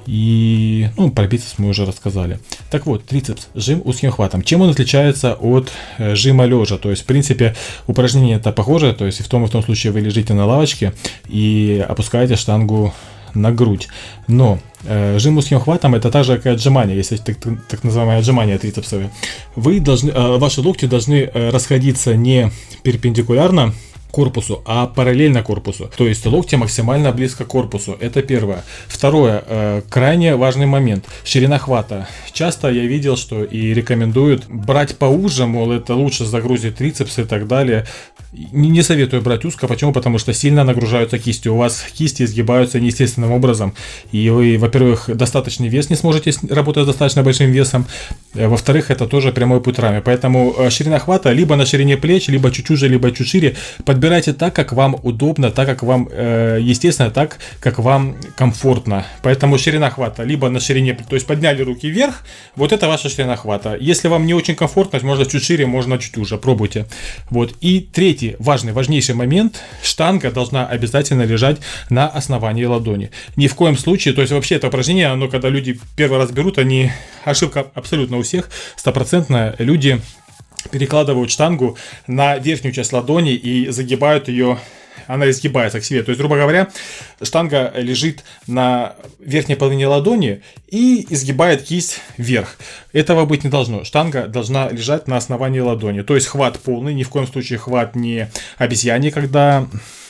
И, ну, про бицепс мы уже рассказали. Так вот, трицепс, жим узким хватом. Чем он отличается от э, жима лежа? То есть, в принципе, упражнение это похоже. То есть, и в том и в том случае вы лежите на лавочке и опускаете штангу на грудь. Но э, жим узким хватом это так же, как отжимание, если так, так называемое отжимание трицепсовое. Вы должны, э, ваши локти должны э, расходиться не перпендикулярно корпусу, а параллельно корпусу. То есть локти максимально близко к корпусу. Это первое. Второе, э, крайне важный момент. Ширина хвата. Часто я видел, что и рекомендуют брать поуже, мол, это лучше загрузить трицепс и так далее. Не, не советую брать узко. Почему? Потому что сильно нагружаются кисти. У вас кисти изгибаются неестественным образом. И вы, во-первых, достаточный вес не сможете работать с достаточно большим весом. Во-вторых, это тоже прямой путь раме. Поэтому ширина хвата либо на ширине плеч, либо чуть уже, либо чуть шире. Подбирайте так, как вам удобно, так, как вам, э, естественно, так, как вам комфортно. Поэтому ширина хвата либо на ширине, то есть подняли руки вверх, вот это ваша ширина хвата. Если вам не очень комфортно, можно чуть шире, можно чуть уже, пробуйте. Вот. И третий важный, важнейший момент, штанга должна обязательно лежать на основании ладони. Ни в коем случае, то есть вообще это упражнение, оно когда люди первый раз берут, они, ошибка абсолютно у всех, стопроцентная, люди перекладывают штангу на верхнюю часть ладони и загибают ее, она изгибается к себе. То есть, грубо говоря, штанга лежит на верхней половине ладони и изгибает кисть вверх. Этого быть не должно. Штанга должна лежать на основании ладони. То есть хват полный, ни в коем случае хват не обезьяний, когда...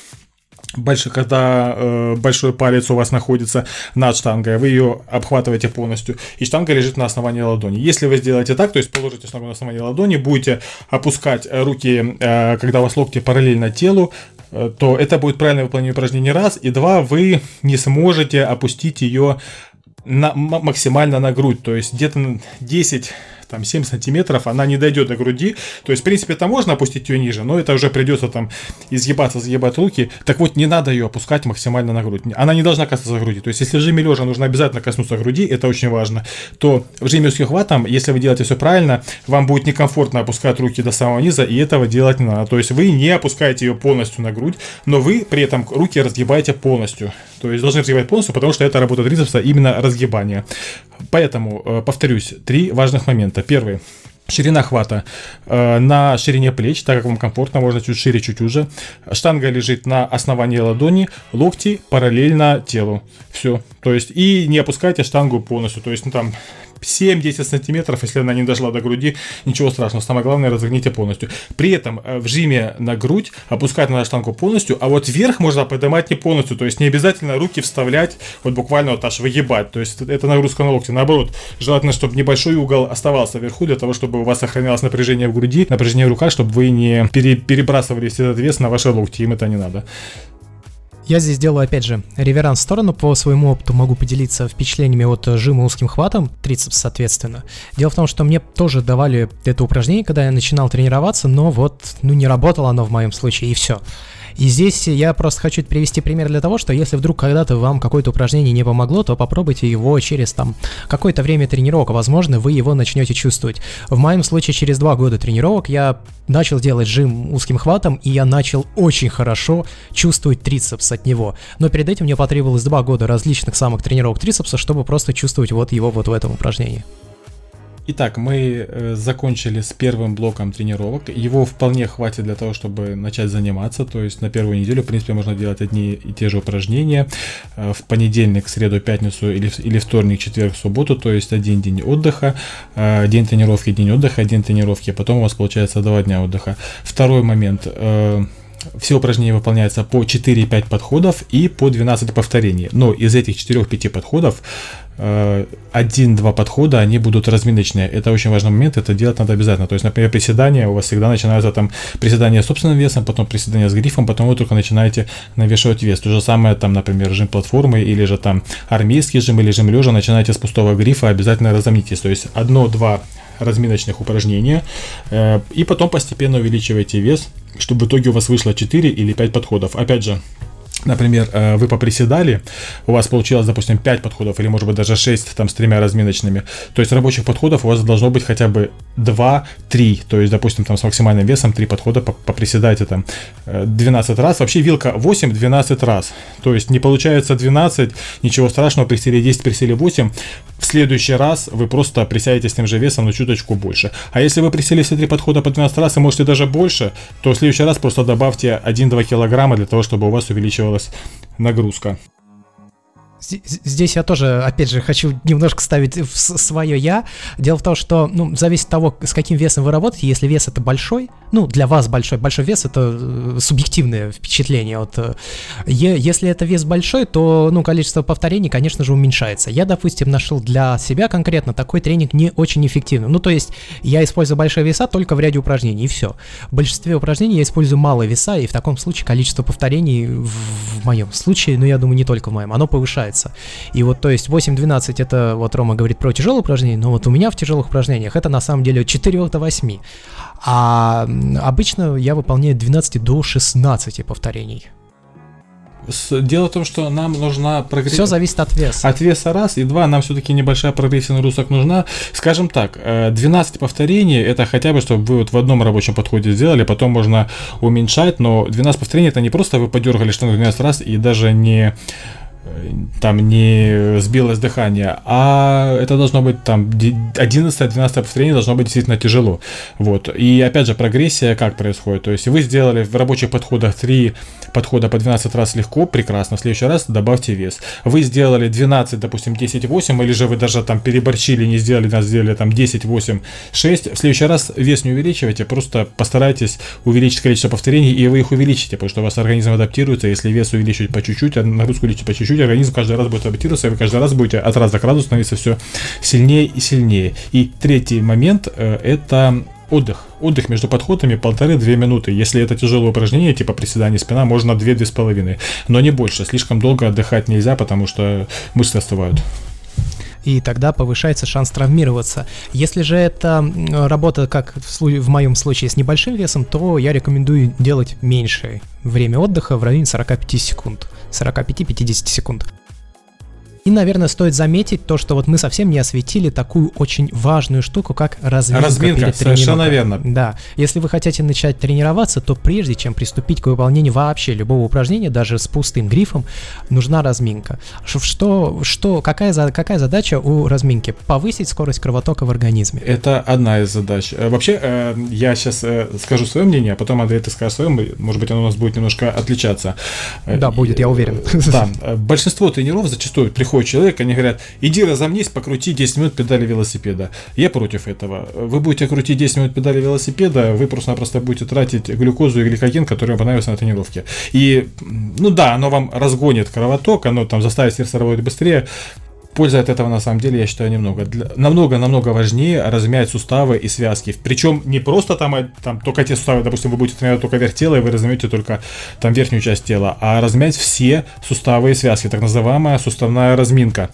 Больше, когда э, большой палец у вас находится над штангой, вы ее обхватываете полностью, и штанга лежит на основании ладони. Если вы сделаете так, то есть положите штангу на основании ладони, будете опускать руки, э, когда у вас локти параллельно телу, э, то это будет правильное выполнение упражнения раз, и два, вы не сможете опустить ее на, максимально на грудь, то есть где-то десять... там семь сантиметров, она не дойдет до груди. То есть, в принципе, это можно опустить ее ниже, но это уже придется там изгибаться, загибать руки. Так вот, не надо ее опускать максимально на грудь. Она не должна касаться груди. То есть, если в жиме лежа нужно обязательно коснуться груди, это очень важно, то в жиме узким хватом, если вы делаете все правильно, вам будет некомфортно опускать руки до самого низа, и этого делать не надо. То есть, вы не опускаете ее полностью на грудь, но вы при этом руки разгибаете полностью. То есть, должны разгибать полностью, потому что это работа трицепса, именно разгибание. Поэтому, повторюсь, три важных момента. Первый. Ширина хвата э, на ширине плеч, так как вам комфортно, можно чуть шире, чуть уже. Штанга лежит на основании ладони, локти параллельно телу. Все. То есть, и не опускайте штангу полностью. То есть, ну там семь-десять сантиметров, если она не дошла до груди, ничего страшного. Самое главное, разогните полностью. При этом в жиме на грудь опускать надо штангу полностью, а вот вверх можно поднимать не полностью, то есть не обязательно руки вставлять, вот буквально вот аж выгибать, то есть это нагрузка на локти. Наоборот, желательно, чтобы небольшой угол оставался вверху, для того, чтобы у вас сохранялось напряжение в груди, напряжение в руках, чтобы вы не пере- перебрасывали весь этот вес на ваши локти, им это не надо. Я здесь делаю, опять же, реверанс в сторону. По своему опыту могу поделиться впечатлениями от жима узким хватом, трицепс, соответственно. Дело в том, что мне тоже давали это упражнение, когда я начинал тренироваться, но вот, ну, не работало оно в моем случае, и все. И здесь я просто хочу привести пример для того, что если вдруг когда-то вам какое-то упражнение не помогло, то попробуйте его через там какое-то время тренировок, возможно, вы его начнете чувствовать. В моем случае через два года тренировок я начал делать жим узким хватом, и я начал очень хорошо чувствовать трицепс от него. Но перед этим мне потребовалось два года различных самых тренировок трицепса, чтобы просто чувствовать вот его вот в этом упражнении. Итак, мы э, закончили с первым блоком тренировок. Его вполне хватит для того, чтобы начать заниматься. То есть на первую неделю, в принципе, можно делать одни и те же упражнения. Э, в понедельник, среду, пятницу или, или вторник, четверг, субботу. То есть один день отдыха, э, день тренировки, день отдыха, день тренировки. Потом у вас получается два дня отдыха. Второй момент. Э, Все упражнения выполняются по четыре-пять подходов и по двенадцать повторений. Но из этих четыре-пять подходов один-два подхода, они будут разминочные. Это очень важный момент, это делать надо обязательно. То есть, например, приседания у вас всегда начинаются там приседания с собственным весом, потом приседания с грифом, потом вы только начинаете навешивать вес. То же самое там, например, жим платформы или же там армейский жим или жим лежа, начинаете с пустого грифа, обязательно разомнитесь. То есть одно-два разминочных упражнения, э, и потом постепенно увеличивайте вес, чтобы в итоге у вас вышло четыре или пять подходов. Опять же, например, вы поприседали, у вас получилось, допустим, пять подходов, или, может быть, даже шесть там, с тремя разминочными. То есть рабочих подходов у вас должно быть хотя бы два-три. То есть, допустим, там, с максимальным весом три подхода поприседайте там двенадцать раз. Вообще вилка восемь-двенадцать раз. То есть не получается двенадцать, ничего страшного, присели десять, присели восемь. В следующий раз вы просто присядете с тем же весом, но чуточку больше. А если вы присели все три подхода по двенадцать раз и можете даже больше, то в следующий раз просто добавьте один-два килограмма для того, чтобы у вас увеличивалась нагрузка. Здесь я тоже, опять же, хочу немножко ставить в свое «я». Дело в том, что, ну, зависит от того, с каким весом вы работаете. Если вес это большой, ну, для вас большой, большой вес — это субъективное впечатление. Вот, если это вес большой, то, ну, количество повторений, конечно же, уменьшается. Я, допустим, нашел для себя конкретно такой тренинг не очень эффективным. Ну, то есть я использую большие веса только в ряде упражнений, и все. В большинстве упражнений я использую малые веса, и в таком случае количество повторений в, в моем случае, ну, я думаю, не только в моем, оно повышается. И вот, то есть восемь-двенадцать это, вот Рома говорит про тяжелые упражнения, но вот у меня в тяжелых упражнениях это на самом деле от четырёх до восьми. А обычно я выполняю двенадцать до шестнадцати повторений. Дело в том, что нам нужна прогрессия. Все зависит от веса. От веса раз, и два, нам все-таки небольшая прогрессия нагрузок нужна. Скажем так, двенадцать повторений, это хотя бы, чтобы вы вот в одном рабочем подходе сделали, потом можно уменьшать, но двенадцать повторений это не просто вы подергали штангу двенадцать раз и даже не... там не сбилось дыхание, а это должно быть там одиннадцать-двенадцать повторений должно быть действительно тяжело. Вот. И опять же, прогрессия как происходит? То есть вы сделали в рабочих подходах три подхода по двенадцать раз легко, прекрасно. В следующий раз добавьте вес. Вы сделали двенадцать, допустим, десять-восемь, или же вы даже там переборщили, не сделали, нас сделали там десять-восемь-шесть. В следующий раз вес не увеличивайте, просто постарайтесь увеличить количество повторений, и вы их увеличите, потому что у вас организм адаптируется. Если вес увеличить по чуть-чуть, а нагрузку увеличить по чуть-чуть, организм каждый раз будет адаптироваться, и вы каждый раз будете от раза к разу становиться все сильнее и сильнее. И третий момент э, это отдых. Отдых между подходами полторы-две минуты. Если это тяжелое упражнение, типа приседание спина, можно две-две с половиной. Но не больше. Слишком долго отдыхать нельзя, потому что мышцы остывают. И тогда повышается шанс травмироваться. Если же это работа, как в, в моем случае, с небольшим весом, то я рекомендую делать меньшее время отдыха в районе сорок пять секунд. сорок пять-пятьдесят секунд. И, наверное, стоит заметить то, что вот мы совсем не осветили такую очень важную штуку, как разминка. Разминка, перед совершенно верно. Да. Если вы хотите начать тренироваться, то прежде чем приступить к выполнению вообще любого упражнения, даже с пустым грифом, нужна разминка. Что, что, какая, какая задача у разминки? Повысить скорость кровотока в организме. Это одна из задач. Вообще, я сейчас скажу свое мнение, а потом, Андрей, ты скажешь свое, может быть, оно у нас будет немножко отличаться. Да, будет, я уверен. Да. Большинство тренеров зачастую приходят приходит человек, они говорят, иди разомнись, покрути десять минут педали велосипеда. Я против этого. Вы будете крутить десять минут педали велосипеда, вы просто-напросто будете тратить глюкозу и гликоген, который вам понравился на тренировке. И, ну да, оно вам разгонит кровоток, оно там заставит сердце работать быстрее. Пользы от этого, на самом деле, я считаю, немного. Намного-намного важнее размять суставы и связки. Причем не просто там, там только те суставы, допустим, вы будете тренировать только верх тела, и вы разомете только там верхнюю часть тела, а размять все суставы и связки, так называемая суставная разминка.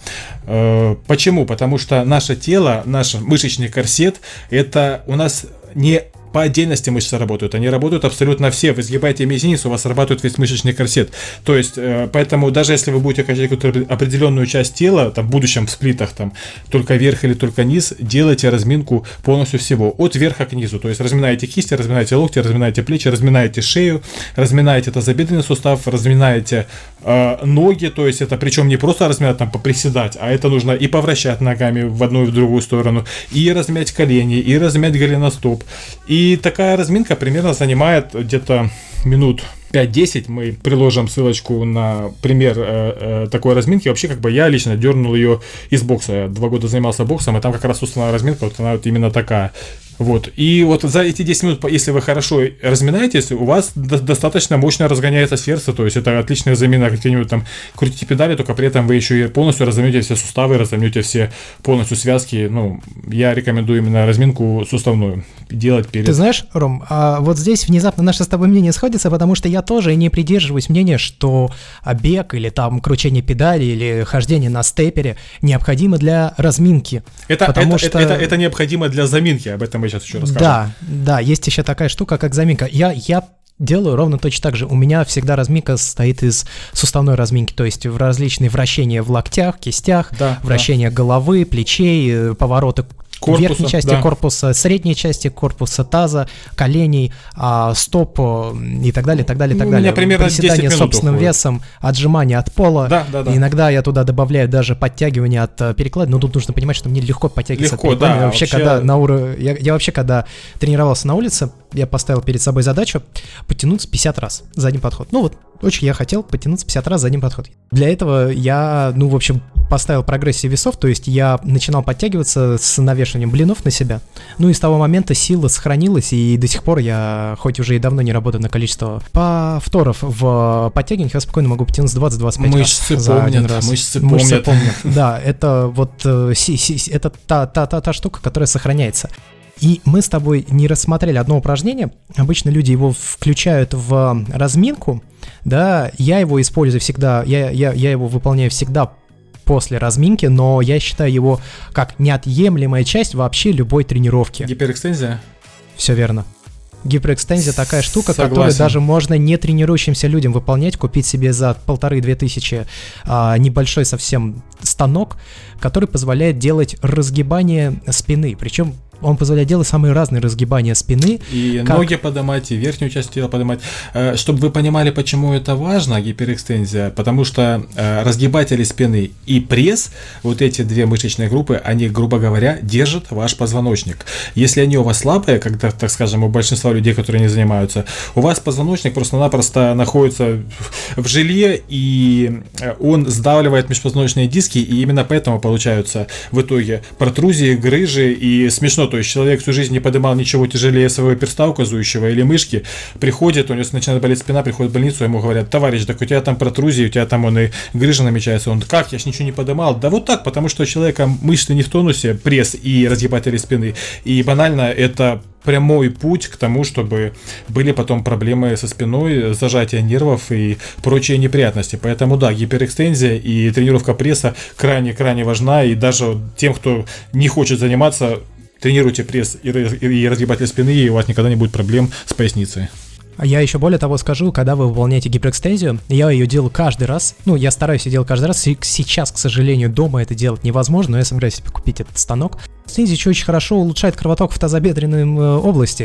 Э, почему? Потому что наше тело, наш мышечный корсет, это у нас не по отдельности мышцы работают, они работают абсолютно все. Вы сгибаете мизинец, у вас работает весь мышечный корсет. То есть, э, поэтому даже если вы будете качать какую-то определенную часть тела, там, в будущем в сплитах, там, только верх или только низ, делайте разминку полностью всего, от верха к низу. То есть, разминаете кисти, разминаете локти, разминаете плечи, разминаете шею, разминаете тазобедренный сустав, разминаете э, ноги, то есть, это причем не просто разминать, там, поприседать, а это нужно и повращать ногами в одну и в другую сторону, и размять колени, и размять голеностоп, и И такая разминка примерно занимает где-то минут пять-десять. Мы приложим ссылочку на пример э, э, такой разминки. Вообще, как бы я лично дернул ее из бокса. Я два года занимался боксом, и там как раз суставная разминка, вот она вот именно такая. Вот. И вот за эти десять минут, если вы хорошо разминаетесь, у вас до- достаточно мощно разгоняется сердце, то есть это отличная замена, какие-нибудь там крутите педали, только при этом вы еще и полностью разомнете все суставы, разомнете все полностью связки. Ну, я рекомендую именно разминку суставную делать перед... Ты знаешь, Ром, а вот здесь внезапно наше с тобой мнение сходится, потому что я тоже не придерживаюсь мнения, что бег или там кручение педали или хождение на степере необходимо для разминки. Это, потому это, что... это, это, это необходимо для заминки, об этом мы сейчас еще расскажем. Да, да, есть еще такая штука, как заминка. Я, я делаю ровно точно так же. У меня всегда разминка состоит из суставной разминки, то есть в различные вращения в локтях, кистях, Да, вращения да. головы, плечей, повороты Корпуса, верхней части да. корпуса, средней части корпуса, таза, коленей, а, стоп и так далее, так далее, так Ну, у далее. меня примерно десять Приседания минут собственным уходит. весом, отжимания от пола. Да, да, да. Иногда я туда добавляю даже подтягивания от э, перекладины, но тут нужно понимать, что мне легко подтягиваться Легко, от перекладины. да, Вообще, вообще- когда на уровне... Я, я вообще, когда тренировался на улице, я поставил перед собой задачу подтянуться пятьдесят раз за один подход. Ну вот, очень я хотел подтянуться пятьдесят раз за один подход. Для этого я, ну, в общем, поставил прогрессию весов, то есть я начинал подтягиваться с навешиванием блинов на себя. Ну и с того момента сила сохранилась, и до сих пор я, хоть уже и давно не работаю на количество повторов в подтягиваниях, я спокойно могу потянуться двадцать-двадцать пять Мышцы раз за один помнят, раз. мышцы Мышцы помнят. помнят. Да, это вот э, си- си- это та, та, та, та штука, которая сохраняется. И мы с тобой не рассмотрели одно упражнение. Обычно люди его включают в разминку, да, я его использую всегда, я, я, я его выполняю всегда после разминки, но я считаю его как неотъемлемая часть вообще любой тренировки. Гиперэкстензия? Все верно. Гиперэкстензия такая штука, Согласен. которую даже можно не тренирующимся людям выполнять, купить себе за полторы-две тысячи а, небольшой совсем станок, который позволяет делать разгибание спины, причем он позволяет делать самые разные разгибания спины. И Как? ноги поднимать, и верхнюю часть тела поднимать. Э, Чтобы вы понимали, почему это важно, гиперэкстензия, потому что э, разгибатели спины и пресс, вот эти две мышечные группы, они, грубо говоря, держат ваш позвоночник. Если они у вас слабые, когда, так скажем, у большинства людей, которые не занимаются, у вас позвоночник просто-напросто находится в желе, и он сдавливает межпозвоночные диски, и именно поэтому получаются в итоге протрузии, грыжи, и смешно, то есть человек всю жизнь не поднимал ничего тяжелее своего перста указующего или мышки, приходит, у него начинает болеть спина, приходит в больницу, ему говорят: товарищ, так у тебя там протрузии, у тебя там он и грыжа намечается. Он: как, я ж ничего не поднимал. Да вот так, потому что у человека мышцы не в тонусе, пресс и разгибатели спины, и банально это прямой путь к тому, чтобы были потом проблемы со спиной, зажатие нервов и прочие неприятности. Поэтому да, гиперэкстензия и тренировка пресса крайне-крайне важна, и даже тем, кто не хочет заниматься, тренируйте пресс и разгибатель спины, и у вас никогда не будет проблем с поясницей. А я еще более того скажу, когда вы выполняете гиперэкстензию, я ее делаю каждый раз, ну, я стараюсь ее делать каждый раз, и сейчас, к сожалению, дома это делать невозможно, но я собираюсь себе купить этот станок. Экстензия еще очень хорошо улучшает кровоток в тазобедренной области,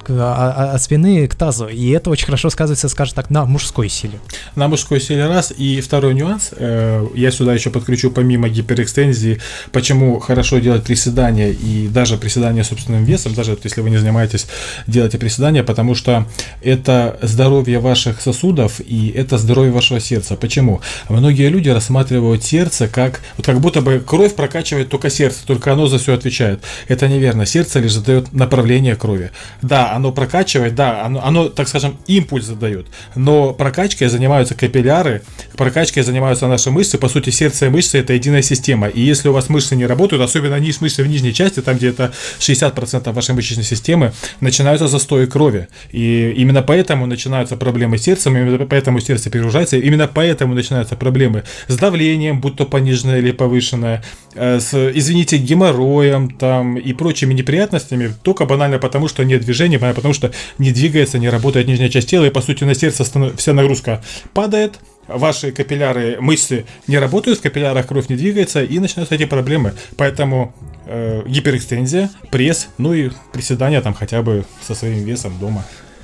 от спины к тазу, и это очень хорошо сказывается, скажем так, на мужской силе. На мужской силе раз, и второй нюанс, я сюда еще подключу помимо гиперэкстензии, почему хорошо делать приседания и даже приседания собственным весом, даже если вы не занимаетесь, делайте приседания, потому что это здоровье ваших сосудов и это здоровье вашего сердца. Почему? Многие люди рассматривают сердце как, вот как будто бы кровь прокачивает только сердце, только оно за все отвечает. Это неверно. Сердце лишь задает направление крови. Да, оно прокачивает, да, оно, оно, так скажем, импульс задает, но прокачкой занимаются капилляры, прокачкой занимаются наши мышцы. По сути, сердце и мышцы – это единая система. И если у вас мышцы не работают, особенно мышцы в нижней части, там, где это шестьдесят процентов вашей мышечной системы, начинаются застои крови. И именно поэтому начинаются проблемы с сердцем, именно поэтому сердце перегружается, именно поэтому начинаются проблемы с давлением, будь то пониженное или повышенное, с, извините, геморроем там, и прочими неприятностями, только банально потому, что нет движения, банально потому, что не двигается, не работает нижняя часть тела, и по сути на сердце вся нагрузка падает, ваши капилляры, мышцы не работают, в капиллярах кровь не двигается, и начинаются эти проблемы. Поэтому э, гиперэкстензия, пресс, ну и приседания там хотя бы со своим весом дома.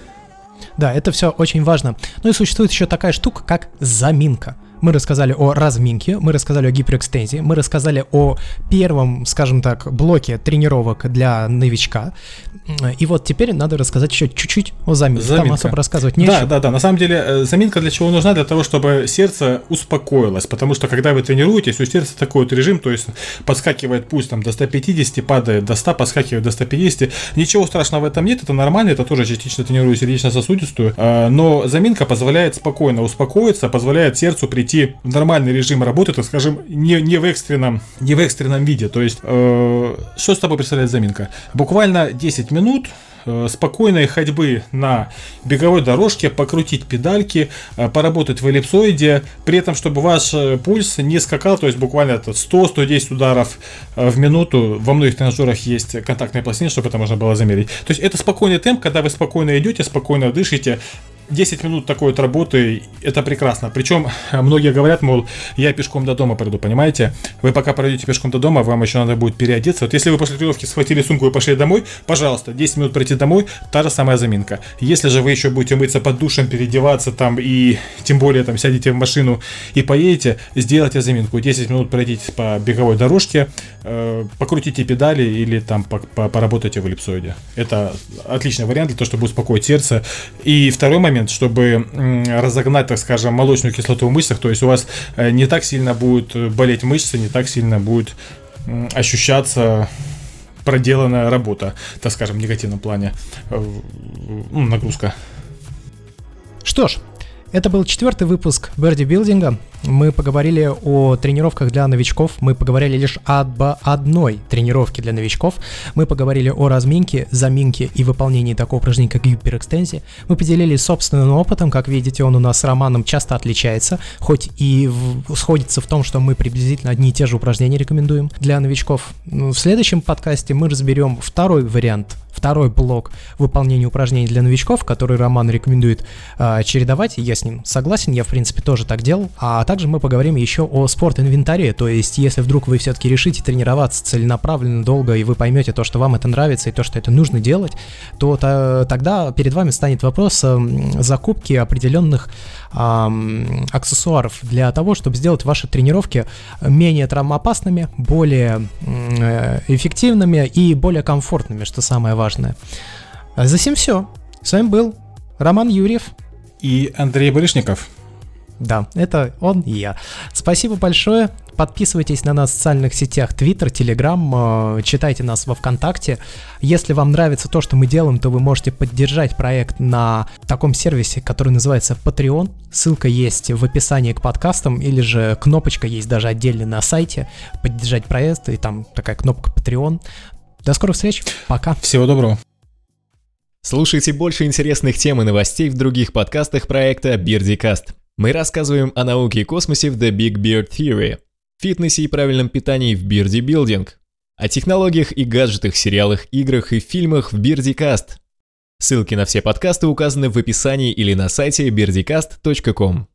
Да, это все очень важно. Ну и существует еще такая штука, как заминка. Мы рассказали о разминке, мы рассказали о гиперэкстензии, мы рассказали о первом, скажем так, блоке тренировок для новичка. И вот теперь надо рассказать еще чуть-чуть о заминке. Заминка. Там особо рассказывать не Да, еще. да, да. На самом деле заминка для чего нужна? Для того, чтобы сердце успокоилось. Потому что когда вы тренируетесь, у сердца такой вот режим, то есть подскакивает пульс там до ста пятидесяти, падает до ста, подскакивает до ста пятидесяти. Ничего страшного в этом нет, это нормально, это тоже частично тренирует сердечно-сосудистую. Но заминка позволяет спокойно успокоиться, позволяет сердцу прийти в нормальный режим работы, так скажем, не, не, в, экстренном, не в экстренном виде. То есть, э, что с тобой представляет заминка? Буквально десять минут э, спокойной ходьбы на беговой дорожке, покрутить педальки, э, поработать в эллипсоиде, при этом, чтобы ваш э, пульс не скакал, то есть буквально сто - сто десять ударов э, в минуту. Во многих тренажерах есть контактные пластины, чтобы это можно было замерить. То есть, это спокойный темп, когда вы спокойно идете, спокойно дышите. десять минут такой вот работы, это прекрасно. Причем многие говорят, мол, я пешком до дома пройду, понимаете? Вы пока пройдете пешком до дома, вам еще надо будет переодеться. Вот если вы после тренировки схватили сумку и пошли домой, пожалуйста, десять минут пройти домой, та же самая заминка. Если же вы еще будете мыться под душем, переодеваться там и тем более там сядете в машину и поедете, сделайте заминку. десять минут пройдите по беговой дорожке, э, покрутите педали или там по- по- поработайте в эллипсоиде. Это отличный вариант для того, чтобы успокоить сердце. И второй момент, чтобы разогнать, так скажем, молочную кислоту в мышцах, то есть у вас не так сильно будут болеть мышцы, не так сильно будет ощущаться проделанная работа, так скажем, в негативном плане, ну, нагрузка. Что ж, это был четвертый выпуск бодибилдинга. Мы поговорили о тренировках для новичков. Мы поговорили лишь об одной тренировке для новичков. Мы поговорили о разминке, заминке и выполнении такого упражнения, как гиперэкстензия. Мы поделились собственным опытом. Как видите, он у нас с Романом часто отличается, хоть и в... сходится в том, что мы приблизительно одни и те же упражнения рекомендуем для новичков. В следующем подкасте мы разберем второй вариант, второй блок выполнения упражнений для новичков, который Роман рекомендует э, чередовать. Я с ним согласен, я в принципе тоже так делал. А также мы поговорим еще о спорт-инвентаре, то есть если вдруг вы все-таки решите тренироваться целенаправленно, долго, и вы поймете то, что вам это нравится и то, что это нужно делать, то, то тогда перед вами станет вопрос э, закупки определенных э, аксессуаров для того, чтобы сделать ваши тренировки менее травмоопасными, более э, эффективными и более комфортными, что самое важное. За сим все. С вами был Роман Юрьев и Андрей Барышников. Да, это он и я. Спасибо большое. Подписывайтесь на нас в социальных сетях Twitter, Telegram, читайте нас во ВКонтакте. Если вам нравится то, что мы делаем, то вы можете поддержать проект на таком сервисе, который называется Patreon. Ссылка есть в описании к подкастам, или же кнопочка есть даже отдельно на сайте «Поддержать проект», и там такая кнопка Patreon. До скорых встреч, пока. Всего доброго. Слушайте больше интересных тем и новостей в других подкастах проекта BeardyCast. Мы рассказываем о науке и космосе в The Big Beard Theory, фитнесе и правильном питании в BeardyBuilding, о технологиях и гаджетах, сериалах, играх и фильмах в BeardyCast. Ссылки на все подкасты указаны в описании или на сайте beardycast точка ком.